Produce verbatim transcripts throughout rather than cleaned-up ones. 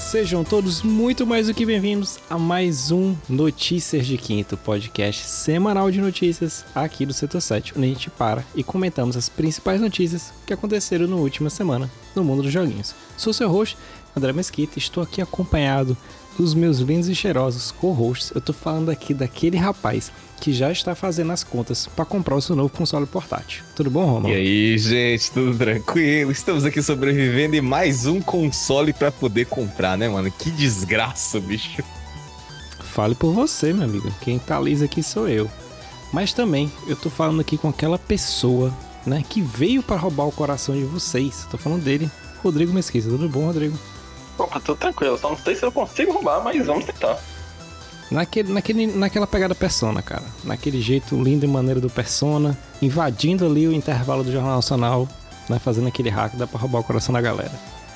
Sejam todos muito mais do que bem-vindos a mais um Notícias de Quinto, podcast semanal de notícias aqui do Setor sete, onde a gente para e comentamos as principais notícias que aconteceram na última semana no mundo dos joguinhos. Sou seu host, André Mesquita, e estou aqui acompanhado dos meus lindos e cheirosos co-hosts. Eu tô falando aqui daquele rapaz que já está fazendo as contas para comprar o seu novo console portátil. Tudo bom, Romulo? E aí, gente, tudo tranquilo? Estamos aqui sobrevivendo e mais um console para poder comprar, né, mano? Que desgraça, bicho. Fale por você, meu amigo. Quem tá liso aqui sou eu. Mas também, eu tô falando aqui com aquela pessoa, né, que veio para roubar o coração de vocês. Tô falando dele, Rodrigo Mesquita. Tudo bom, Rodrigo? Opa, tudo tranquilo. Só não sei se eu consigo roubar, mas vamos tentar. Naquele, naquele, naquela pegada Persona, cara. Naquele jeito lindo e maneiro do Persona, invadindo ali o intervalo do Jornal Nacional, né, fazendo aquele hack, dá pra roubar o coração da galera.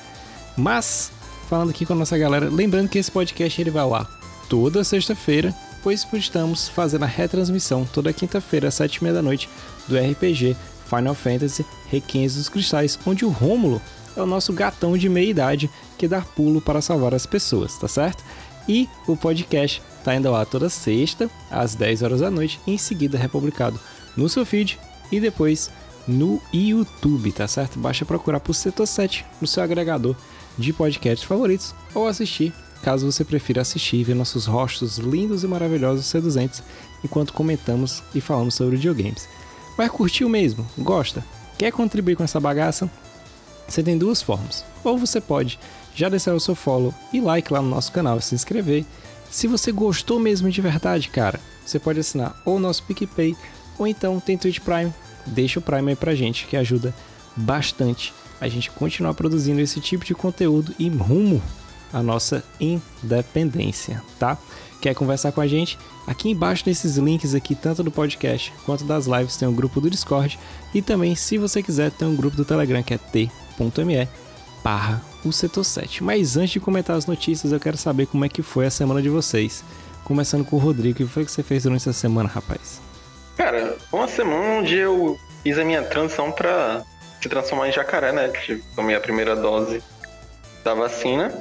Mas, falando aqui com a nossa galera, lembrando que esse podcast ele vai lá toda sexta-feira, pois estamos fazendo a retransmissão toda quinta-feira às sete e meia da noite do R P G Final Fantasy Requiem dos Cristais, onde o Rômulo é o nosso gatão de meia-idade que dá pulo para salvar as pessoas, tá certo? E o podcast tá indo lá toda sexta, às dez horas da noite, e em seguida republicado no seu feed e depois no YouTube, tá certo? Basta procurar por Setor sete no seu agregador de podcasts favoritos ou assistir, caso você prefira assistir e ver nossos rostos lindos e maravilhosos seduzentes enquanto comentamos e falamos sobre videogames. Mas curtiu mesmo? Gosta? Quer contribuir com essa bagaça? Você tem duas formas. Ou você pode já deixar o seu follow e like lá no nosso canal e se inscrever. Se você gostou mesmo de verdade, cara, você pode assinar ou o nosso PicPay ou então tem Twitch Prime. Deixa o Prime aí pra gente, que ajuda bastante a gente continuar produzindo esse tipo de conteúdo e rumo à nossa independência, tá? Quer conversar com a gente? Aqui embaixo nesses links aqui, tanto do podcast quanto das lives, tem um grupo do Discord e também, se você quiser, tem um grupo do Telegram que é t.me barra o Setor sete. Mas antes de comentar as notícias, eu quero saber como é que foi a semana de vocês. Começando com o Rodrigo, o que foi que você fez durante essa semana, rapaz? Cara, uma semana onde eu fiz a minha transição pra se transformar em jacaré, né? Tomei a primeira dose da vacina.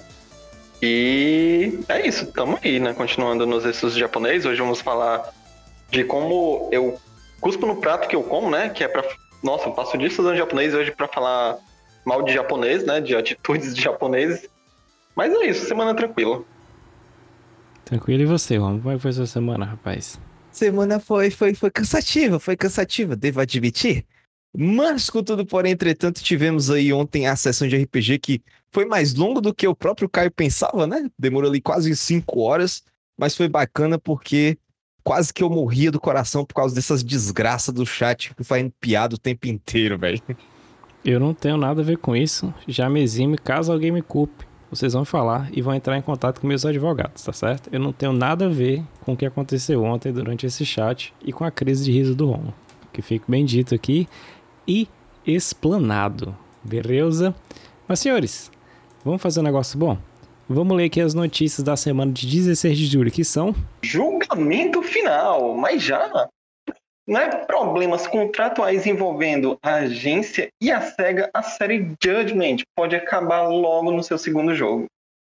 E é isso, tamo aí, né? Continuando nos estudos japoneses. Hoje vamos falar de como eu cuspo no prato que eu como, né? Que é pra... Nossa, eu passo disso estudando japonês hoje pra falar mal de japonês, né? De atitudes de japoneses. Mas é isso, semana tranquila. Tranquilo, e você, Romulo? Como é que foi a sua semana, rapaz? Semana foi, foi, foi cansativa, foi cansativa, devo admitir. Mas, contudo, porém, entretanto, tivemos aí ontem a sessão de R P G que foi mais longa do que o próprio Caio pensava, né? Demorou ali quase cinco horas, mas foi bacana porque quase que eu morria do coração por causa dessas desgraças do chat que fazendo piada o tempo inteiro, velho. Eu não tenho nada a ver com isso, já me exime caso alguém me culpe. Vocês vão falar e vão entrar em contato com meus advogados, tá certo? Eu não tenho nada a ver com o que aconteceu ontem durante esse chat e com a crise de riso do Romulo. Que fique bem dito aqui e explanado, beleza? Mas, senhores, vamos fazer um negócio bom? Vamos ler aqui as notícias da semana de dezesseis de julho, que são... Julgamento final, mas já... Né? Problemas contratuais envolvendo a agência e a SEGA, a série Judgment pode acabar logo no seu segundo jogo.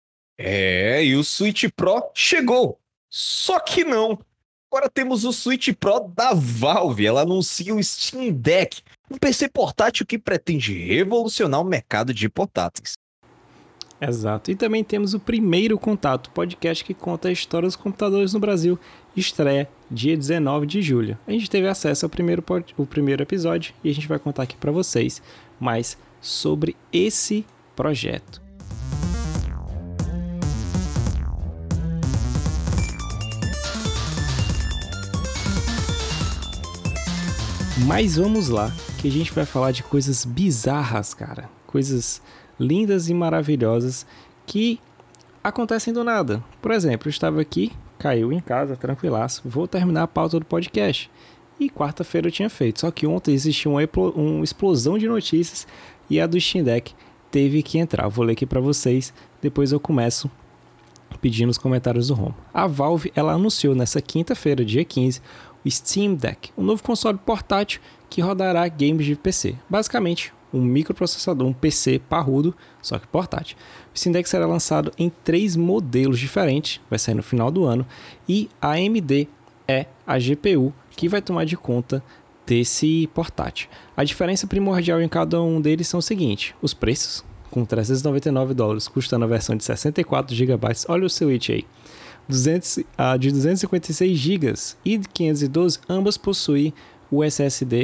É, e o Switch Pro chegou. Só que não. Agora temos o Switch Pro da Valve. Ela anuncia o Steam Deck, um P C portátil que pretende revolucionar o mercado de portáteis. Exato. E também temos o Primeiro Contato, podcast que conta a história dos computadores no Brasil. Estreia dia dezenove de julho. A gente teve acesso ao primeiro, o primeiro episódio e a gente vai contar aqui para vocês mais sobre esse projeto. Mas vamos lá, que a gente vai falar de coisas bizarras, cara. Coisas lindas e maravilhosas que acontecem do nada. Por exemplo, eu estava aqui, caiu em casa, tranquilaço, vou terminar a pauta do podcast. E quarta-feira eu tinha feito, só que ontem existiu uma, uma explosão de notícias e a do Steam Deck teve que entrar. Eu vou ler aqui para vocês, depois eu começo pedindo os comentários do Romulo. A Valve, ela anunciou nessa quinta-feira, dia quinze, o Steam Deck, um novo console portátil que rodará games de P C. Basicamente, um microprocessador, um P C parrudo, só que portátil. O Steam Deck será lançado em três modelos diferentes, vai sair no final do ano, e a A M D é a G P U que vai tomar de conta desse portátil. A diferença primordial em cada um deles são o seguinte: os preços, com trezentos e noventa e nove dólares, custando a versão de sessenta e quatro gigabytes, olha o Switch aí, duzentos, a de duzentos e cinquenta e seis gigabytes e de quinhentos e doze, ambas possuem o S S D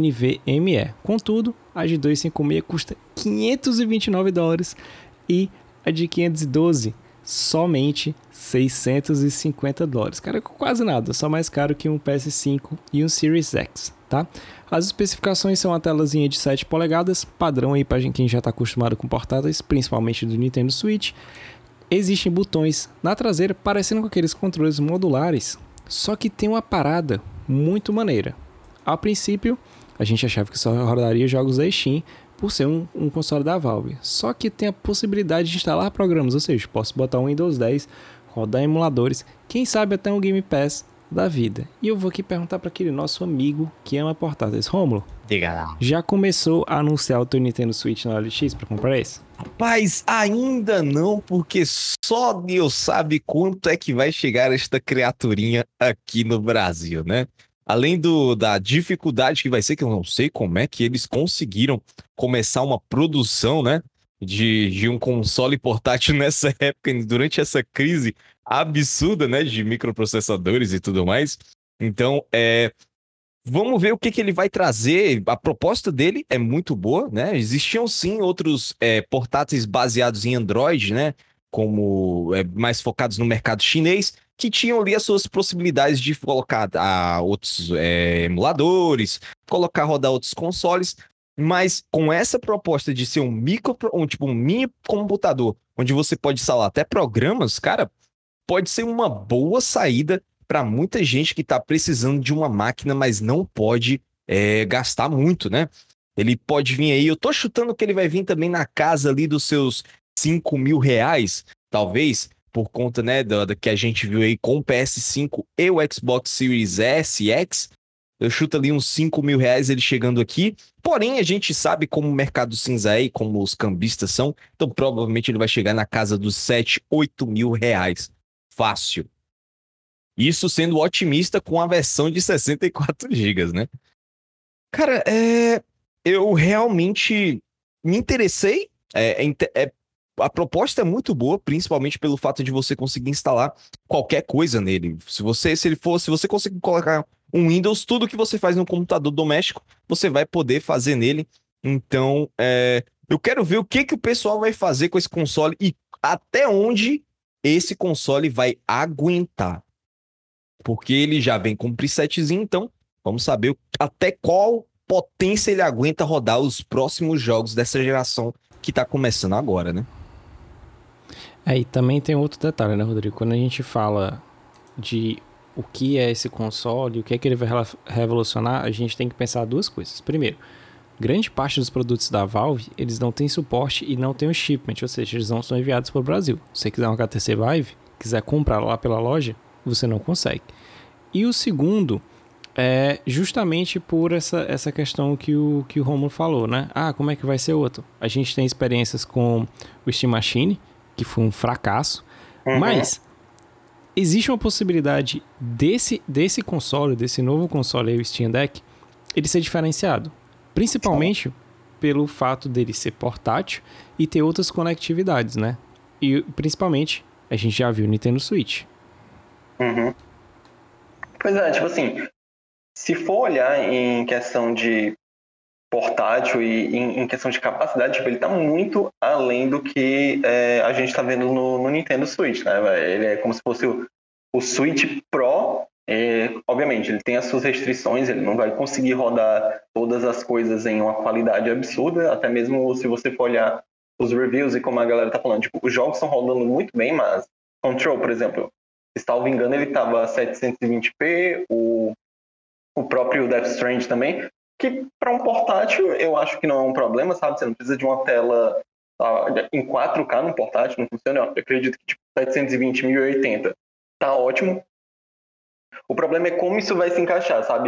NVMe. Contudo, a de duzentos e cinquenta e seis custa quinhentos e vinte e nove dólares e a de quinhentos e doze somente seiscentos e cinquenta dólares. Cara, quase nada, só mais caro que um P S cinco e um Series X, tá? As especificações são a telazinha de sete polegadas, padrão aí para quem já está acostumado com portáteis, principalmente do Nintendo Switch. Existem botões na traseira parecendo com aqueles controles modulares, só que tem uma parada muito maneira. A princípio, a gente achava que só rodaria jogos da Steam por ser um, um console da Valve. Só que tem a possibilidade de instalar programas, ou seja, posso botar um Windows dez, rodar emuladores, quem sabe até um Game Pass da vida. E eu vou aqui perguntar para aquele nosso amigo que ama portáteis. Rômulo, diga lá. Já começou a anunciar o teu Nintendo Switch na O L X para comprar esse? Rapaz, ainda não, porque só Deus sabe quanto é que vai chegar esta criaturinha aqui no Brasil, né? Além do, da dificuldade que vai ser, que eu não sei como é que eles conseguiram começar uma produção, né, de, de um console portátil nessa época, durante essa crise absurda, né, de microprocessadores e tudo mais. Então, é, vamos ver o que, que ele vai trazer. A proposta dele é muito boa, né? Existiam sim outros é, portáteis baseados em Android, né, como é, mais focados no mercado chinês, que tinham ali as suas possibilidades de colocar ah, outros é, emuladores, colocar rodar outros consoles, mas com essa proposta de ser um micro, um, tipo um mini computador, onde você pode instalar até programas, cara, pode ser uma boa saída para muita gente que está precisando de uma máquina, mas não pode é, gastar muito, né? Ele pode vir aí, eu tô chutando que ele vai vir também na casa ali dos seus cinco mil reais, talvez, por conta, né, da, da que a gente viu aí com o P S cinco e o Xbox Series S e X. Eu chuto ali uns cinco mil reais ele chegando aqui. Porém, a gente sabe como o mercado cinza é e como os cambistas são. Então, provavelmente ele vai chegar na casa dos sete, oito mil reais. Fácil. Isso sendo otimista com a versão de sessenta e quatro gigas, né? Cara, é... eu realmente me interessei. É, é, é A proposta é muito boa, principalmente pelo fato de você conseguir instalar qualquer coisa nele. Se você, se ele for, se você conseguir colocar um Windows, tudo que você faz no computador doméstico, você vai poder fazer nele. Então, é, eu quero ver o que, que o pessoal vai fazer com esse console e até onde esse console vai aguentar. Porque ele já vem com um presetzinho, então vamos saber até qual potência ele aguenta rodar os próximos jogos dessa geração que tá começando agora, né? É, e também tem outro detalhe, né, Rodrigo? Quando a gente fala de o que é esse console, o que é que ele vai revolucionar, a gente tem que pensar duas coisas. Primeiro, grande parte dos produtos da Valve, eles não têm suporte e não têm o shipment, ou seja, eles não são enviados para o Brasil. Se você quiser um H T C Vive, quiser comprar lá pela loja, você não consegue. E o segundo é justamente por essa, essa questão que o, que o Romulo falou, né? Ah, como é que vai ser outro? A gente tem experiências com o Steam Machine, que foi um fracasso, uhum. Mas existe uma possibilidade desse, desse console, desse novo console aí, o Steam Deck, ele ser diferenciado, principalmente pelo fato dele ser portátil e ter outras conectividades, né? E principalmente, a gente já viu o Nintendo Switch. Uhum. Pois é, tipo assim, se for olhar em questão de portátil e em, em questão de capacidade, tipo, ele tá muito além do que é, a gente tá vendo no, no Nintendo Switch, né, véio? Ele é como se fosse o, o Switch Pro, é, obviamente, ele tem as suas restrições, ele não vai conseguir rodar todas as coisas em uma qualidade absurda, até mesmo se você for olhar os reviews e como a galera tá falando, tipo, os jogos estão rodando muito bem, mas Control, por exemplo, se salvo engano, ele tava setecentos e vinte p, o, o próprio Death Stranding também, que para um portátil eu acho que não é um problema, sabe? Você não precisa de uma tela tá, em quatro K no portátil, não funciona. Eu acredito que tipo, setecentos e vinte, mil e oitenta tá ótimo. O problema é como isso vai se encaixar, sabe?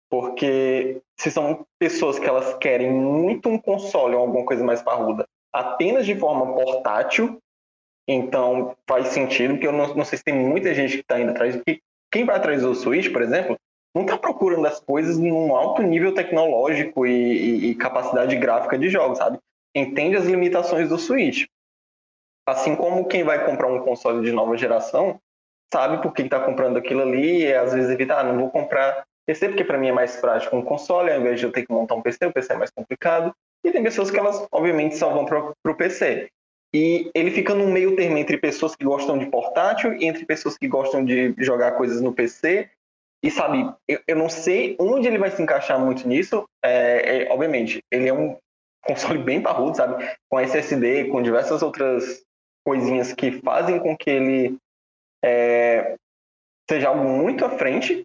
Porque se são pessoas que elas querem muito um console ou alguma coisa mais parruda apenas de forma portátil, então faz sentido, porque eu não, não sei se tem muita gente que está indo atrás, porque quem vai atrás do Switch, por exemplo, não está procurando as coisas num alto nível tecnológico e, e, e capacidade gráfica de jogos, sabe? Entende as limitações do Switch. Assim como quem vai comprar um console de nova geração, sabe por que está comprando aquilo ali, e às vezes evita, ah, não vou comprar P C porque para mim é mais prático um console, ao invés de eu ter que montar um P C, o P C é mais complicado. E tem pessoas que elas, obviamente, só vão para o P C. E ele fica no meio termo entre pessoas que gostam de portátil e entre pessoas que gostam de jogar coisas no P C. E, sabe, eu, eu não sei onde ele vai se encaixar muito nisso. É, é, obviamente, ele é um console bem parrudo, sabe? Com S S D, com diversas outras coisinhas que fazem com que ele é, seja algo muito à frente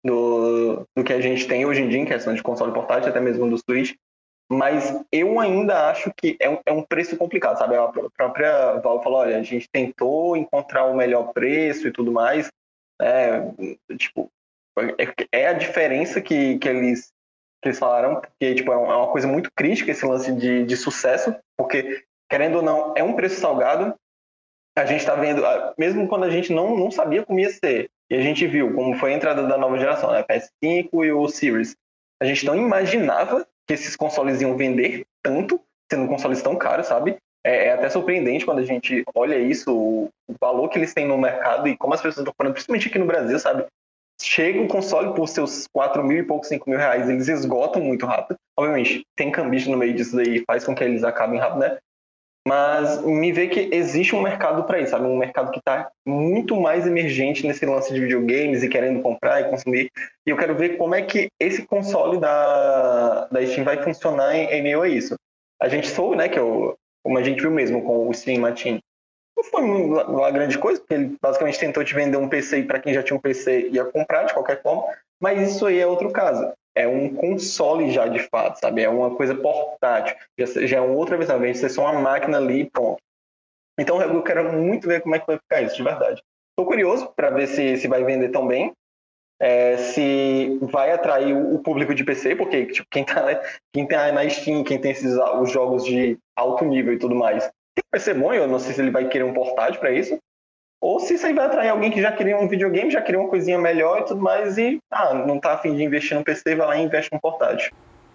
do, do que a gente tem hoje em dia em questão de console portátil, até mesmo do Switch. Mas eu ainda acho que é um, é um preço complicado, sabe? A própria Valve falou, olha, a gente tentou encontrar o melhor preço e tudo mais. É, tipo, é, é a diferença que, que, eles, que eles falaram, porque tipo, é uma coisa muito crítica esse lance de, de sucesso, porque, querendo ou não, é um preço salgado. A gente está vendo, mesmo quando a gente não, não sabia como ia ser, e a gente viu como foi a entrada da nova geração, né? P S cinco e o Series. A gente não imaginava que esses consoles iam vender tanto, sendo consoles tão caros, sabe? É, é até surpreendente quando a gente olha isso, o, o valor que eles têm no mercado e como as pessoas estão falando, principalmente aqui no Brasil, sabe? Chega o console por seus quatro mil e poucos, cinco mil reais, eles esgotam muito rápido. Obviamente, tem cambista no meio disso daí, faz com que eles acabem rápido, né? Mas me vê que existe um mercado para isso, sabe? Um mercado que está muito mais emergente nesse lance de videogames e querendo comprar e consumir. E eu quero ver como é que esse console da, da Steam vai funcionar em, em meio a isso. A gente soube, né, que eu, como a gente viu mesmo com o Steam Machine, não foi uma grande coisa, porque ele basicamente tentou te vender um P C e para quem já tinha um P C ia comprar de qualquer forma, mas isso aí é outro caso. É um console já de fato, sabe? É uma coisa portátil. Já, já é uma outra versão, ao invés de ser só uma máquina ali e pronto. Então eu quero muito ver como é que vai ficar isso, de verdade. Estou curioso para ver se, se vai vender tão bem, é, se vai atrair o, o público de P C, porque tipo, quem está né, quem tá na Steam, quem tem esses os jogos de alto nível e tudo mais, tem um P C bom, eu não sei se ele vai querer um portátil para isso, ou se isso aí vai atrair alguém que já queria um videogame, já queria uma coisinha melhor e tudo mais, e ah, não tá a fim de investir no P C, vai lá e investe no portátil.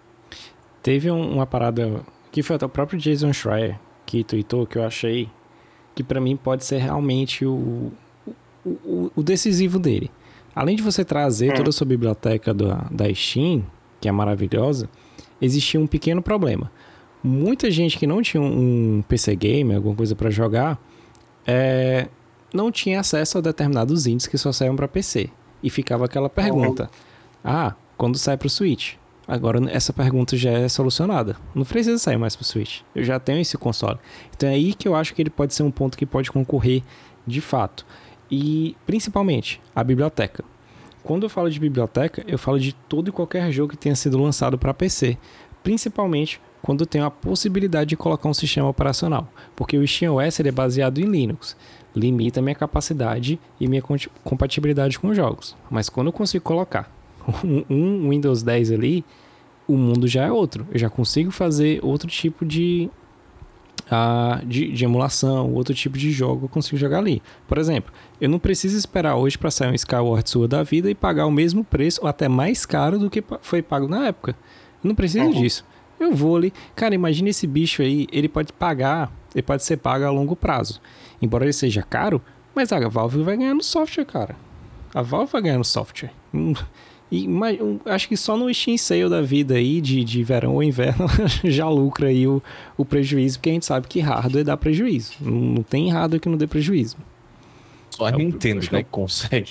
Teve um, uma parada que foi até o próprio Jason Schreier que tweetou, que eu achei que pra mim pode ser realmente o, o, o decisivo dele. Além de você trazer hum. toda a sua biblioteca da, da Steam, que é maravilhosa, existia um pequeno problema. Muita gente que não tinha um P C Game, alguma coisa pra jogar, é... não tinha acesso a determinados indies que só saíam para P C. E ficava aquela pergunta. Uhum. Ah, quando sai pro Switch? Agora essa pergunta já é solucionada. Não precisa sair mais pro Switch. Eu já tenho esse console. Então é aí que eu acho que ele pode ser um ponto que pode concorrer de fato. E principalmente a biblioteca. Quando eu falo de biblioteca, eu falo de todo e qualquer jogo que tenha sido lançado para P C. Principalmente quando tem a possibilidade de colocar um sistema operacional. Porque o SteamOS ele é baseado em Linux. Limita a minha capacidade e minha compatibilidade com jogos. Mas quando eu consigo colocar um, um Windows dez ali, o mundo já é outro. Eu já consigo fazer outro tipo de, uh, de, de emulação, outro tipo de jogo eu consigo jogar ali. Por exemplo, eu não preciso esperar hoje para sair um Skyward Sword da vida e pagar o mesmo preço ou até mais caro do que foi pago na época. Eu não preciso uhum. disso. Eu vou ali... Cara, imagina esse bicho aí, ele pode pagar, ele pode ser pago a longo prazo. Embora ele seja caro, mas a Valve vai ganhar no software, cara. A Valve vai ganhar no software. E mas, acho que só no Steam Sale da vida aí, de, de verão ou inverno, já lucra aí o, o prejuízo, porque a gente sabe que hardware dá prejuízo. Não, não tem hardware que não dê prejuízo. Só a Nintendo, né, que consegue.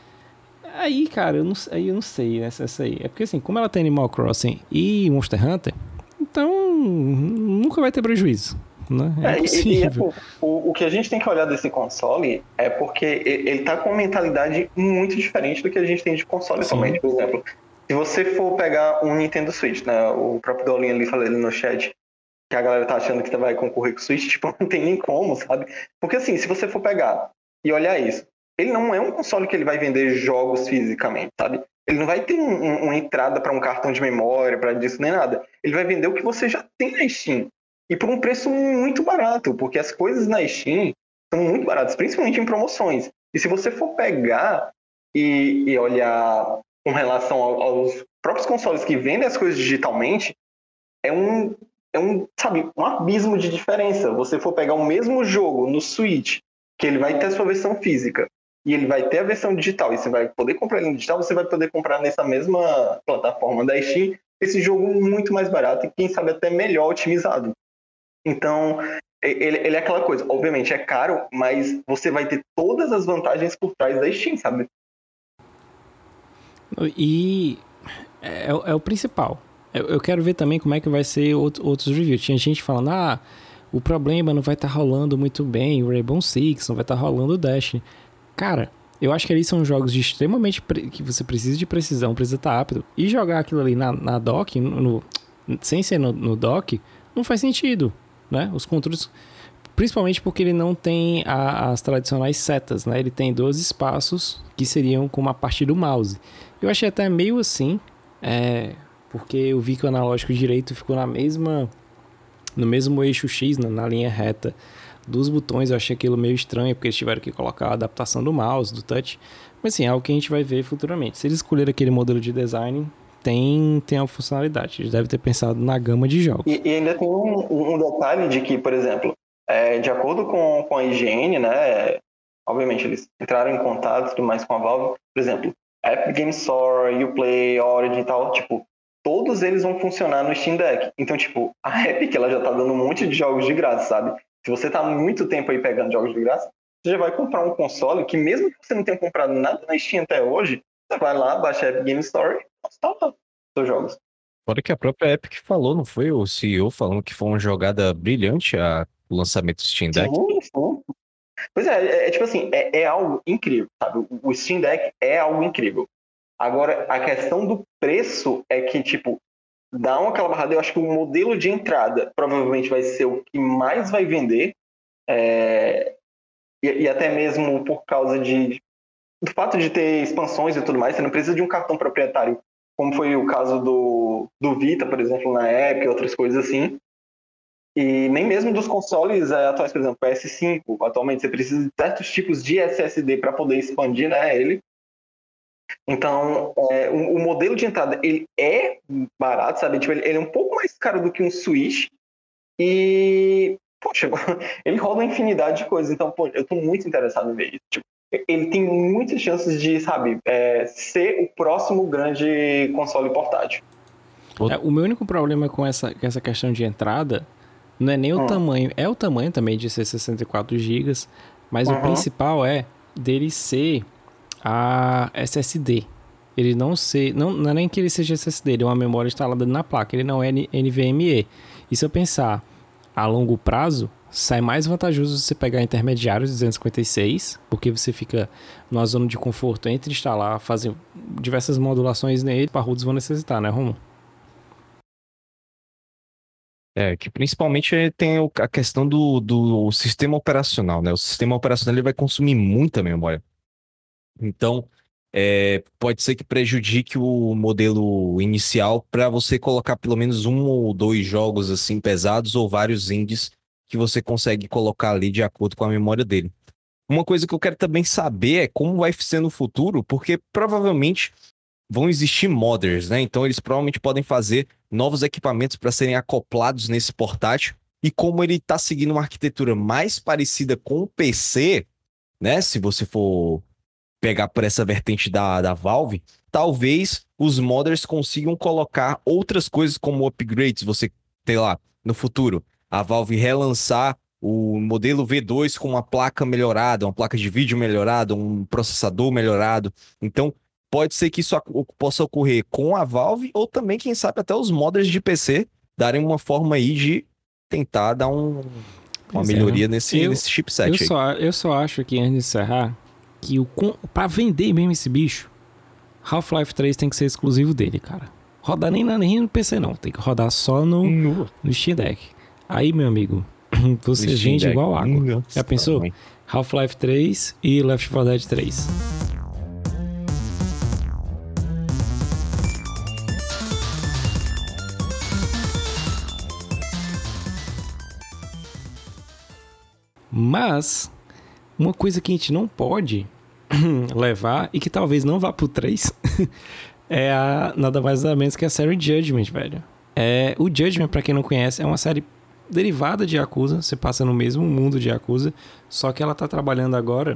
Aí, cara, eu não, aí eu não sei essa, essa aí. É porque assim, como ela tem Animal Crossing e Monster Hunter, então nunca vai ter prejuízo. Né? É, é e, e é, o, o que a gente tem que olhar desse console é porque ele tá com uma mentalidade muito diferente do que a gente tem de console somente. Por exemplo, se você for pegar um Nintendo Switch, né, o próprio Dolinho ali falou ali no chat que a galera tá achando que vai concorrer com o Switch, tipo, não tem nem como, sabe? Porque assim, se você for pegar e olhar isso, ele não é um console que ele vai vender jogos fisicamente, sabe? Ele não vai ter um, um, uma entrada para um cartão de memória, para disso nem nada. Ele vai vender o que você já tem na Steam. E por um preço muito barato, porque as coisas na Steam são muito baratas, principalmente em promoções. E se você for pegar e, e olhar com relação ao, aos próprios consoles que vendem as coisas digitalmente, é um, é um, sabe, um abismo de diferença. Você for pegar o mesmo jogo no Switch, que ele vai ter a sua versão física, e ele vai ter a versão digital, e você vai poder comprar ele no digital, você vai poder comprar nessa mesma plataforma da Steam esse jogo muito mais barato e quem sabe até melhor otimizado. Então, ele, ele é aquela coisa, obviamente é caro, mas você vai ter todas as vantagens por trás da Steam, sabe? E é, é o principal. Eu, eu quero ver também como é que vai ser outro, outros reviews. Tinha gente falando, ah, o problema não vai estar tá rolando muito bem o Rainbow Six, não vai estar tá rolando o Destiny. Cara, eu acho que ali são jogos de extremamente... Pre... que você precisa de precisão, precisa estar tá rápido. E jogar aquilo ali na, na dock, no, no, sem ser no, no dock, não faz sentido, né? Os controles... Principalmente porque ele não tem a, as tradicionais setas, né? Ele tem dois espaços que seriam como a parte do mouse. Eu achei até meio assim, é, porque eu vi que o analógico direito ficou na mesma, no mesmo eixo X, na, na linha reta dos botões. Eu achei aquilo meio estranho, porque eles tiveram que colocar a adaptação do mouse, do touch. Mas assim, é algo que a gente vai ver futuramente. Se eles escolherem aquele modelo de design, tem, tem a funcionalidade. Eles devem ter pensado na gama de jogos. E, e ainda tem um, um detalhe de que, por exemplo, é, de acordo com, com a I G N, né, obviamente eles entraram em contato e tudo mais com a Valve, por exemplo, Epic Games Store, Uplay, Origin e tal, tipo, todos eles vão funcionar no Steam Deck. Então, tipo, a Epic, ela já tá dando um monte de jogos de graça, sabe? Se você tá muito tempo aí pegando jogos de graça, você já vai comprar um console que, mesmo que você não tenha comprado nada na Steam até hoje, você vai lá, baixa a Epic Games Store e instala os seus jogos. Fora que a própria Epic falou, não foi? O C E O falando que foi uma jogada brilhante a, o lançamento do Steam Deck. Sim, sim. Pois é, é, é tipo assim, é, é algo incrível, sabe? O, o Steam Deck é algo incrível. Agora, a questão do preço é que, tipo, dá uma aquela barrada. Eu acho que o modelo de entrada provavelmente vai ser o que mais vai vender, é, e, e até mesmo por causa de, do fato de ter expansões e tudo mais, você não precisa de um cartão proprietário, como foi o caso do, do Vita, por exemplo, na Epic e outras coisas assim. E nem mesmo dos consoles é, atuais, por exemplo, P S cinco, atualmente você precisa de certos tipos de S S D para poder expandir, né, ele. Então, é, o, o modelo de entrada, ele é barato, sabe? Tipo, ele, ele é um pouco mais caro do que um Switch e, poxa, ele roda uma infinidade de coisas. Então, pô, eu tô muito interessado em ver isso. Tipo, ele tem muitas chances de, sabe, é, ser o próximo grande console portátil. É, o meu único problema com essa, com essa questão de entrada não é nem o hum. tamanho, é o tamanho também de ser sessenta e quatro gigas, mas uhum. o principal é dele ser a S S D. Ele não ser, não, não é nem que ele seja S S D, ele é uma memória instalada na placa, ele não é N V M e. E se eu pensar a longo prazo, sai mais vantajoso você pegar intermediários duzentos e cinquenta e seis, porque você fica numa zona de conforto entre instalar, fazer diversas modulações nele, parrudos vão necessitar, né, Romulo? É, que principalmente tem a questão do, do sistema operacional, né? O sistema operacional ele vai consumir muita memória. Então, é, pode ser que prejudique o modelo inicial para você colocar pelo menos um ou dois jogos assim pesados ou vários indies que você consegue colocar ali de acordo com a memória dele. Uma coisa que eu quero também saber é como vai ser no futuro, porque provavelmente vão existir modders, né? Então eles provavelmente podem fazer novos equipamentos para serem acoplados nesse portátil. E como ele está seguindo uma arquitetura mais parecida com o P C, né? Se você for pegar por essa vertente da, da Valve, talvez os modders consigam colocar outras coisas como upgrades. Você tem lá, no futuro, a Valve relançar o modelo V dois com uma placa melhorada, uma placa de vídeo melhorada, um processador melhorado. Então, pode ser que isso possa ocorrer com a Valve ou também, quem sabe, até os modders de P C darem uma forma aí de tentar dar um, uma melhoria é. nesse, eu, nesse chipset eu aí. Só, eu só acho que, antes de encerrar, que o, pra vender mesmo esse bicho, Half-Life três tem que ser exclusivo dele, cara. Rodar nem, nem no P C não, tem que rodar só no, no. no Steam Deck. Aí, meu amigo, você vende igual água. Nossa, já pensou? Também. Half-Life três e Left four Dead três. Mas, uma coisa que a gente não pode levar, e que talvez não vá pro três, é a, nada mais nada menos que a série Judgment, velho. É, o Judgment, pra quem não conhece, é uma série derivada de Yakuza, você passa no mesmo mundo de Yakuza, só que ela tá trabalhando agora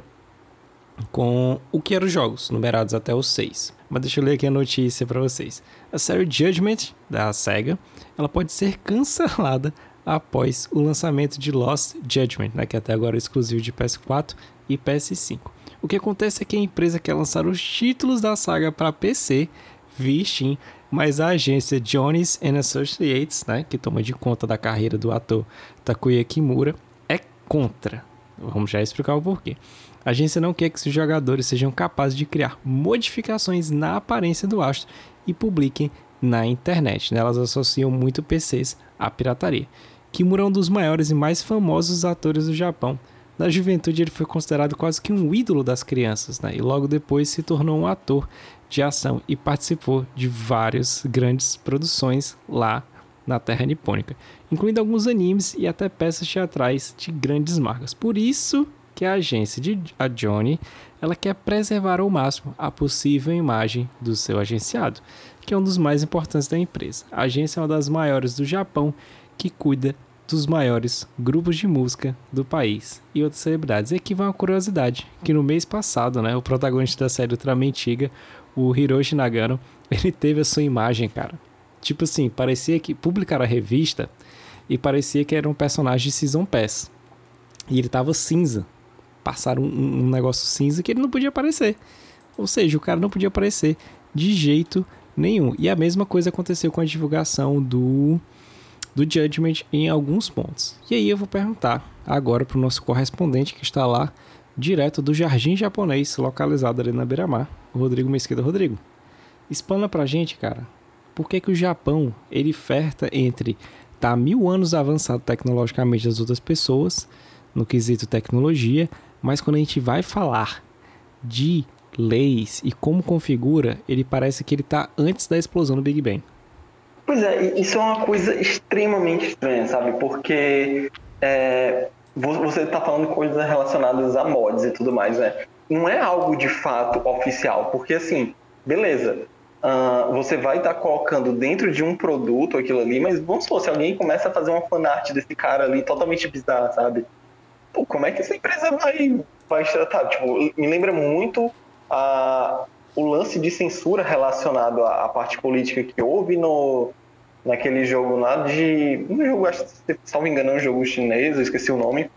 com o que eram os jogos, numerados até os seis. Mas deixa eu ler aqui a notícia pra vocês. A série Judgment, da SEGA, ela pode ser cancelada após o lançamento de Lost Judgment, né, que até agora é exclusivo de P S quatro e P S cinco. O que acontece é que a empresa quer lançar os títulos da saga para P C via Steam, mas a agência Jones and Associates, né, que toma de conta da carreira do ator Takuya Kimura, é contra. Vamos já explicar o porquê. A agência não quer que os jogadores sejam capazes de criar modificações na aparência do astro e publiquem na internet. Né? Elas associam muito P Cs à pirataria. Kimura é um dos maiores e mais famosos atores do Japão. Na juventude ele foi considerado quase que um ídolo das crianças, né? E logo depois se tornou um ator de ação e participou de várias grandes produções lá na terra nipônica, incluindo alguns animes e até peças teatrais de grandes marcas. Por isso que a agência de a Johnny, ela quer preservar ao máximo a possível imagem do seu agenciado, que é um dos mais importantes da empresa. A agência é uma das maiores do Japão, que cuida dos maiores grupos de música do país e outras celebridades. E aqui vai uma curiosidade, que no mês passado, né, o protagonista da série Ultraman Tiga, o Hiroshi Nagano, ele teve a sua imagem, cara. Tipo assim, parecia que publicaram a revista e parecia que era um personagem de Season Pass. E ele tava cinza. Passaram um, um negócio cinza que ele não podia aparecer. Ou seja, o cara não podia aparecer de jeito nenhum. E a mesma coisa aconteceu com a divulgação do... do Judgment em alguns pontos. E aí eu vou perguntar agora para o nosso correspondente que está lá, direto do Jardim Japonês, localizado ali na Beira-Mar, o Rodrigo Mesquita. Rodrigo, explana pra gente, cara, por que que o Japão, ele ferta entre tá mil anos avançado tecnologicamente das outras pessoas, no quesito tecnologia, mas quando a gente vai falar de leis e como configura, ele parece que ele tá antes da explosão do Big Bang. Pois é, isso é uma coisa extremamente estranha, sabe? Porque é, você está falando coisas relacionadas a mods e tudo mais, né? Não é algo de fato oficial, porque assim, beleza, uh, você vai estar tá colocando dentro de um produto aquilo ali, mas vamos supor, se alguém começa a fazer uma fanart desse cara ali totalmente bizarra, sabe? Pô, como é que essa empresa vai, vai tratar? Tipo, me lembra muito a... o lance de censura relacionado à, à parte política que houve no, naquele jogo lá de... Um jogo, acho que, se não me engano, é um jogo chinês, eu esqueci o nome.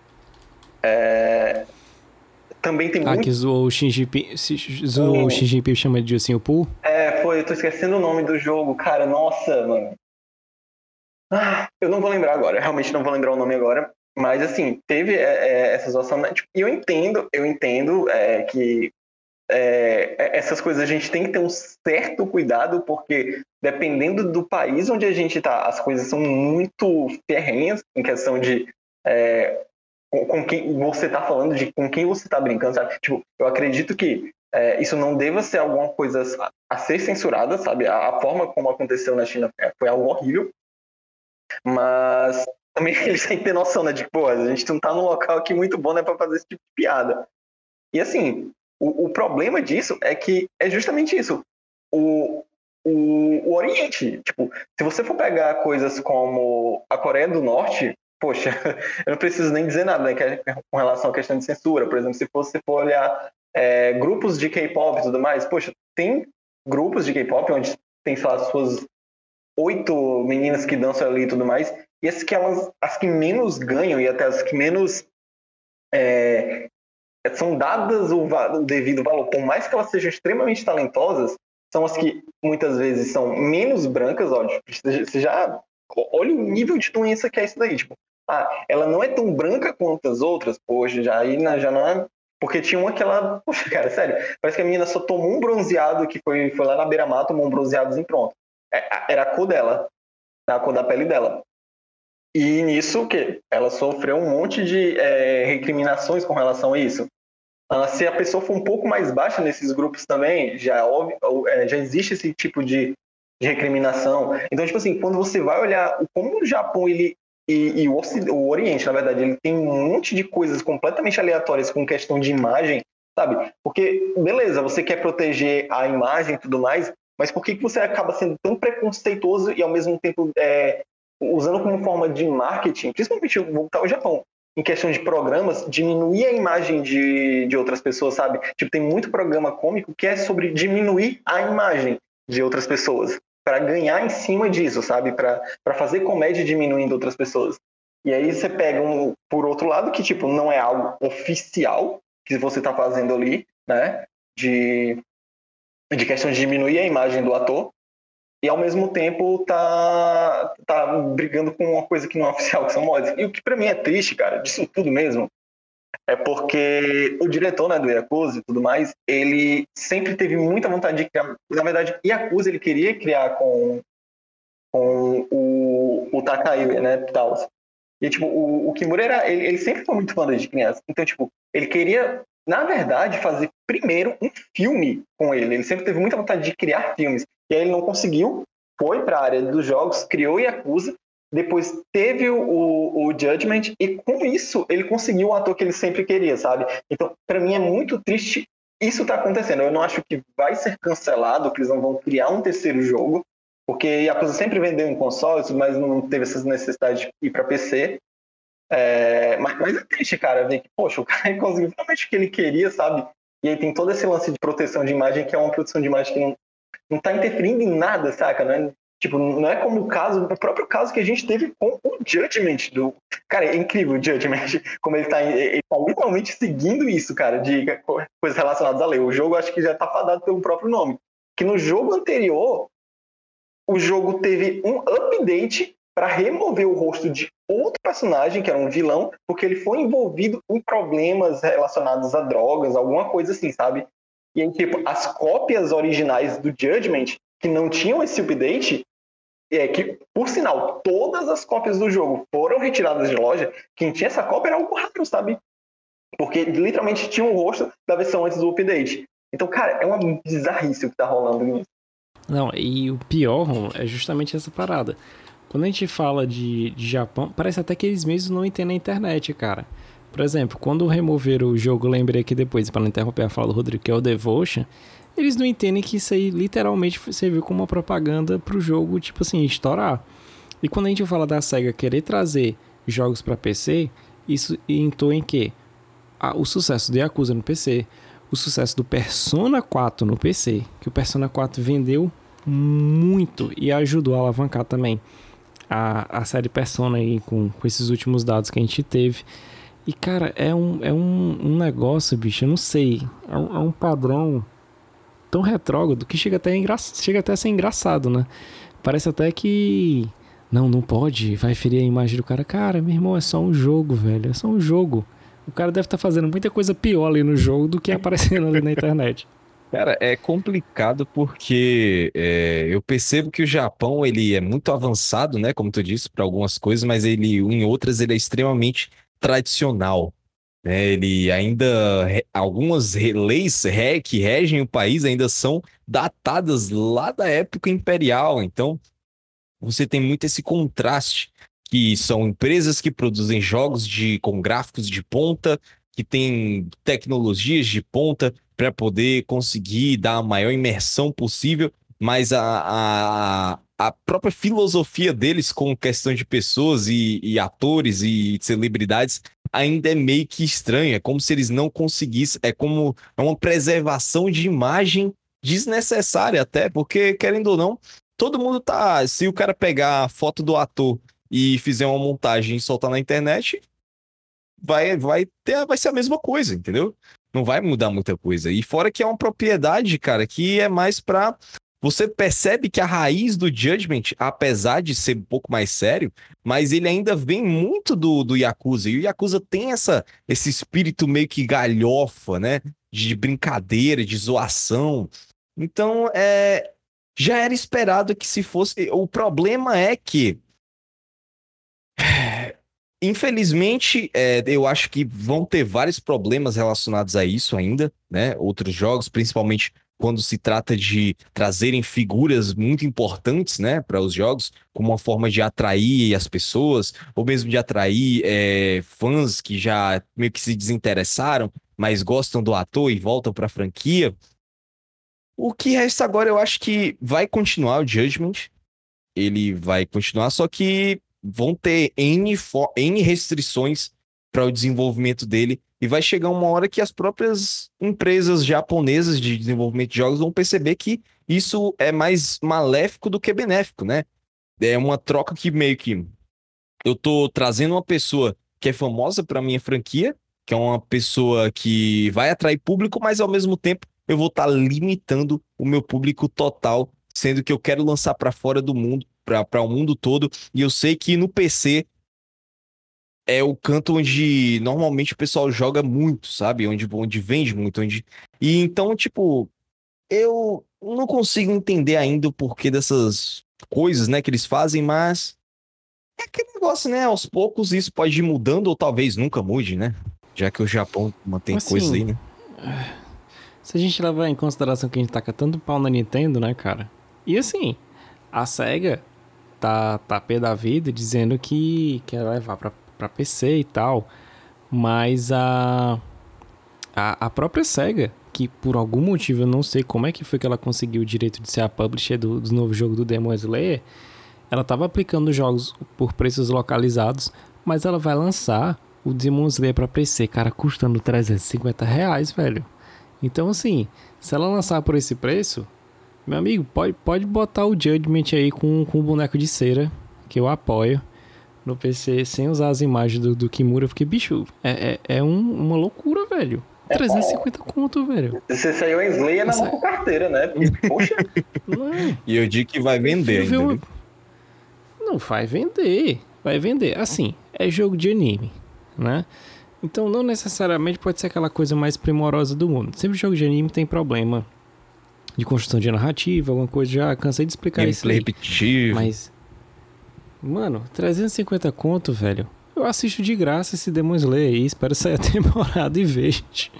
É, também tem ah, muito... que zoou o Xi Jinping, zoou o Xi Jinping chama de assim, o Poo? É, foi, eu tô esquecendo o nome do jogo, cara, nossa, mano. Ah, eu não vou lembrar agora, eu realmente não vou lembrar o nome agora, mas assim, teve é, é, essa situação, né? Tipo, e eu entendo, eu entendo é, que É, essas coisas a gente tem que ter um certo cuidado, porque dependendo do país onde a gente está, as coisas são muito ferrenhas em questão de é, com, com quem você está falando, de com quem você está brincando, sabe? Tipo, eu acredito que é, isso não deva ser alguma coisa a, a ser censurada, sabe? A, a forma como aconteceu na China foi algo horrível, mas também eles têm que ter noção, né? De que, pô, a gente não está num local aqui muito bom, né, para fazer esse tipo de piada. E assim, O, o problema disso é que é justamente isso. O, o, o Oriente, tipo, se você for pegar coisas como a Coreia do Norte, poxa, eu não preciso nem dizer nada, né, que é com relação à questão de censura. Por exemplo, se você for olhar é, grupos de K-pop e tudo mais, poxa, tem grupos de K-pop onde tem, sei lá, as suas oito meninas que dançam ali e tudo mais, e as que, elas, as que menos ganham e até as que menos... É, são dadas o, o devido valor, por mais que elas sejam extremamente talentosas, são as que muitas vezes são menos brancas, ó, você já olha o nível de doença que é isso daí, tipo, ah, ela não é tão branca quanto as outras, poxa, já aí já não é, porque tinha uma que ela, poxa, cara, sério, parece que a menina só tomou um bronzeado, que foi, foi lá na beira-mar, tomou um bronzeadozinho, pronto, era a cor dela, a cor da pele dela. E nisso, o quê? Ela sofreu um monte de é, recriminações com relação a isso. Ah, se a pessoa for um pouco mais baixa nesses grupos também, já, é, já existe esse tipo de, de recriminação. Então, tipo assim, quando você vai olhar como o Japão ele e, e o, o Oriente, na verdade, ele tem um monte de coisas completamente aleatórias com questão de imagem, sabe? Porque, beleza, você quer proteger a imagem e tudo mais, mas por que, que você acaba sendo tão preconceituoso e, ao mesmo tempo, é, usando como forma de marketing, principalmente voltar ao Japão, em questão de programas, diminuir a imagem de, de outras pessoas, sabe? Tipo, tem muito programa cômico que é sobre diminuir a imagem de outras pessoas, para ganhar em cima disso, sabe? Para fazer comédia diminuindo outras pessoas. E aí você pega um, por outro lado, que tipo, não é algo oficial que você está fazendo ali, né? De, de questão de diminuir a imagem do ator, e ao mesmo tempo tá, tá brigando com uma coisa que não é oficial, que são mods. E o que pra mim é triste, cara, disso tudo mesmo, é porque o diretor, né, do Yakuza e tudo mais, ele sempre teve muita vontade de criar. Na verdade, Yakuza ele queria criar com, com o, o Takaiuki, né, tal. E, tipo, o, o Kimura, era, ele, ele sempre foi muito fã de criança. Então, tipo, ele queria, na verdade, fazer primeiro um filme com ele. Ele sempre teve muita vontade de criar filmes. E aí ele não conseguiu, foi para a área dos jogos, criou o Yakuza, depois teve o, o, o Judgment, e com isso ele conseguiu o ator que ele sempre queria, sabe? Então, para mim é muito triste isso tá acontecendo. Eu não acho que vai ser cancelado, que eles não vão criar um terceiro jogo, porque Yakuza sempre vendeu em consoles, mas não teve essa necessidade de ir para P C. É, mas, mas é triste, cara, ver que, poxa, o cara conseguiu realmente o que ele queria, sabe? E aí tem todo esse lance de proteção de imagem, que é uma proteção de imagem que não não tá interferindo em nada, saca? Não é, tipo, não é como o caso, o próprio caso que a gente teve com o Judgment do... Cara, é incrível o Judgment, como ele tá, ele tá literalmente seguindo isso, cara, de coisas relacionadas à lei. O jogo acho que já tá fadado pelo próprio nome. Que no jogo anterior, o jogo teve um update para remover o rosto de outro personagem, que era um vilão, porque ele foi envolvido em problemas relacionados a drogas, alguma coisa assim, sabe? E aí, tipo, as cópias originais do Judgment, que não tinham esse update, é que, por sinal, todas as cópias do jogo foram retiradas de loja. Quem tinha essa cópia era algo raro, sabe? Porque literalmente tinha o rosto da versão antes do update. Então, cara, é uma bizarrice o que tá rolando nisso. Não, e o pior é justamente essa parada. Quando a gente fala de, de Japão, parece até que eles mesmos não entendem a internet, cara. Por exemplo, quando removeram o jogo, lembrei aqui depois, para não interromper a fala do Rodrigo, que é o Devotion, eles não entendem que isso aí literalmente serviu como uma propaganda pro jogo, tipo assim, estourar. E quando a gente fala da SEGA querer trazer jogos para P C, isso entrou em quê? Ah, o sucesso do Yakuza no P C, o sucesso do Persona quatro no P C, que o Persona quatro vendeu muito e ajudou a alavancar também a, a série Persona aí com, com esses últimos dados que a gente teve. E, cara, é um, é um, um negócio, bicho, eu não sei. É um, é um padrão tão retrógrado que chega até, engra... chega até a ser engraçado, né? Parece até que... Não, não pode, vai ferir a imagem do cara. Cara, meu irmão, é só um jogo, velho. É só um jogo. O cara deve estar tá fazendo muita coisa pior ali no jogo do que aparecendo ali na internet. Cara, é complicado porque é, eu percebo que o Japão, ele é muito avançado, né? Como tu disse, para algumas coisas, mas ele, em outras ele é extremamente tradicional, né? Ele ainda, algumas leis que regem o país ainda são datadas lá da época imperial, então você tem muito esse contraste, que são empresas que produzem jogos de, com gráficos de ponta, que têm tecnologias de ponta para poder conseguir dar a maior imersão possível, mas a, a, a própria filosofia deles com questão de pessoas e, e atores e celebridades ainda é meio que estranha, é como se eles não conseguissem, é como é uma preservação de imagem desnecessária até, porque, querendo ou não, todo mundo tá, se o cara pegar a foto do ator e fizer uma montagem e soltar na internet, vai, vai, ter, vai ser a mesma coisa, entendeu? Não vai mudar muita coisa. E fora que é uma propriedade, cara, que é mais pra... Você percebe que a raiz do Judgment, apesar de ser um pouco mais sério, mas ele ainda vem muito do, do Yakuza. E o Yakuza tem essa, esse espírito meio que galhofa, né? De brincadeira, de zoação. Então, é... já era esperado que se fosse... O problema é que... Infelizmente, é, eu acho que vão ter vários problemas relacionados a isso ainda, né? Outros jogos, principalmente quando se trata de trazerem figuras muito importantes, né, para os jogos, como uma forma de atrair as pessoas, ou mesmo de atrair é, fãs que já meio que se desinteressaram, mas gostam do ator e voltam para a franquia. O que resta agora, eu acho que vai continuar o Judgment, ele vai continuar, só que vão ter N, fo- N restrições para o desenvolvimento dele, e vai chegar uma hora que as próprias empresas japonesas de desenvolvimento de jogos vão perceber que isso é mais maléfico do que benéfico, né? É uma troca que meio que eu tô trazendo uma pessoa que é famosa para minha franquia, que é uma pessoa que vai atrair público, mas ao mesmo tempo eu vou estar limitando o meu público total, sendo que eu quero lançar para fora do mundo, para o mundo todo, e eu sei que no P C é o canto onde normalmente o pessoal joga muito, sabe? Onde, onde vende muito, onde... E então, tipo, eu não consigo entender ainda o porquê dessas coisas, né, que eles fazem, mas é aquele negócio, né? Aos poucos isso pode ir mudando ou talvez nunca mude, né? Já que o Japão mantém Assim, coisas aí, né? Se a gente levar em consideração que a gente taca tanto pau na Nintendo, né, cara? E assim, a SEGA tá, tá pé da vida dizendo que quer levar pra, pra P C e tal. Mas a, a, a própria SEGA, que por algum motivo eu não sei como é que foi que ela conseguiu o direito de ser a publisher do, do novo jogo do Demon Slayer, ela tava aplicando jogos por preços localizados, mas ela vai lançar o Demon Slayer pra P C, cara, custando trezentos e cinquenta reais, velho. Então, assim, se ela lançar por esse preço, meu amigo, pode, pode botar o Judgment aí com, com o boneco de cera, que eu apoio, no P C, sem usar as imagens do, do Kimura, porque, bicho, é, é, é um, uma loucura, velho. trezentos e cinquenta conto, velho. Você saiu em Slayer na mão com carteira, né? Porque, poxa. Não é. E eu digo que vai vender ainda. Uma... Viu? Não, vai vender. Vai vender. Assim, é jogo de anime, né? Então, não necessariamente pode ser aquela coisa mais primorosa do mundo. Sempre jogo de anime tem problema de construção de narrativa, alguma coisa. Já cansei de explicar isso aí. Repetitivo. Mas, mano, trezentos e cinquenta conto, velho. Eu assisto de graça esse Demon Slayer aí. Espero sair a temporada e ver, gente.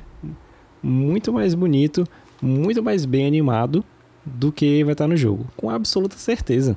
Muito mais bonito, muito mais bem animado do que vai estar no jogo. Com absoluta certeza.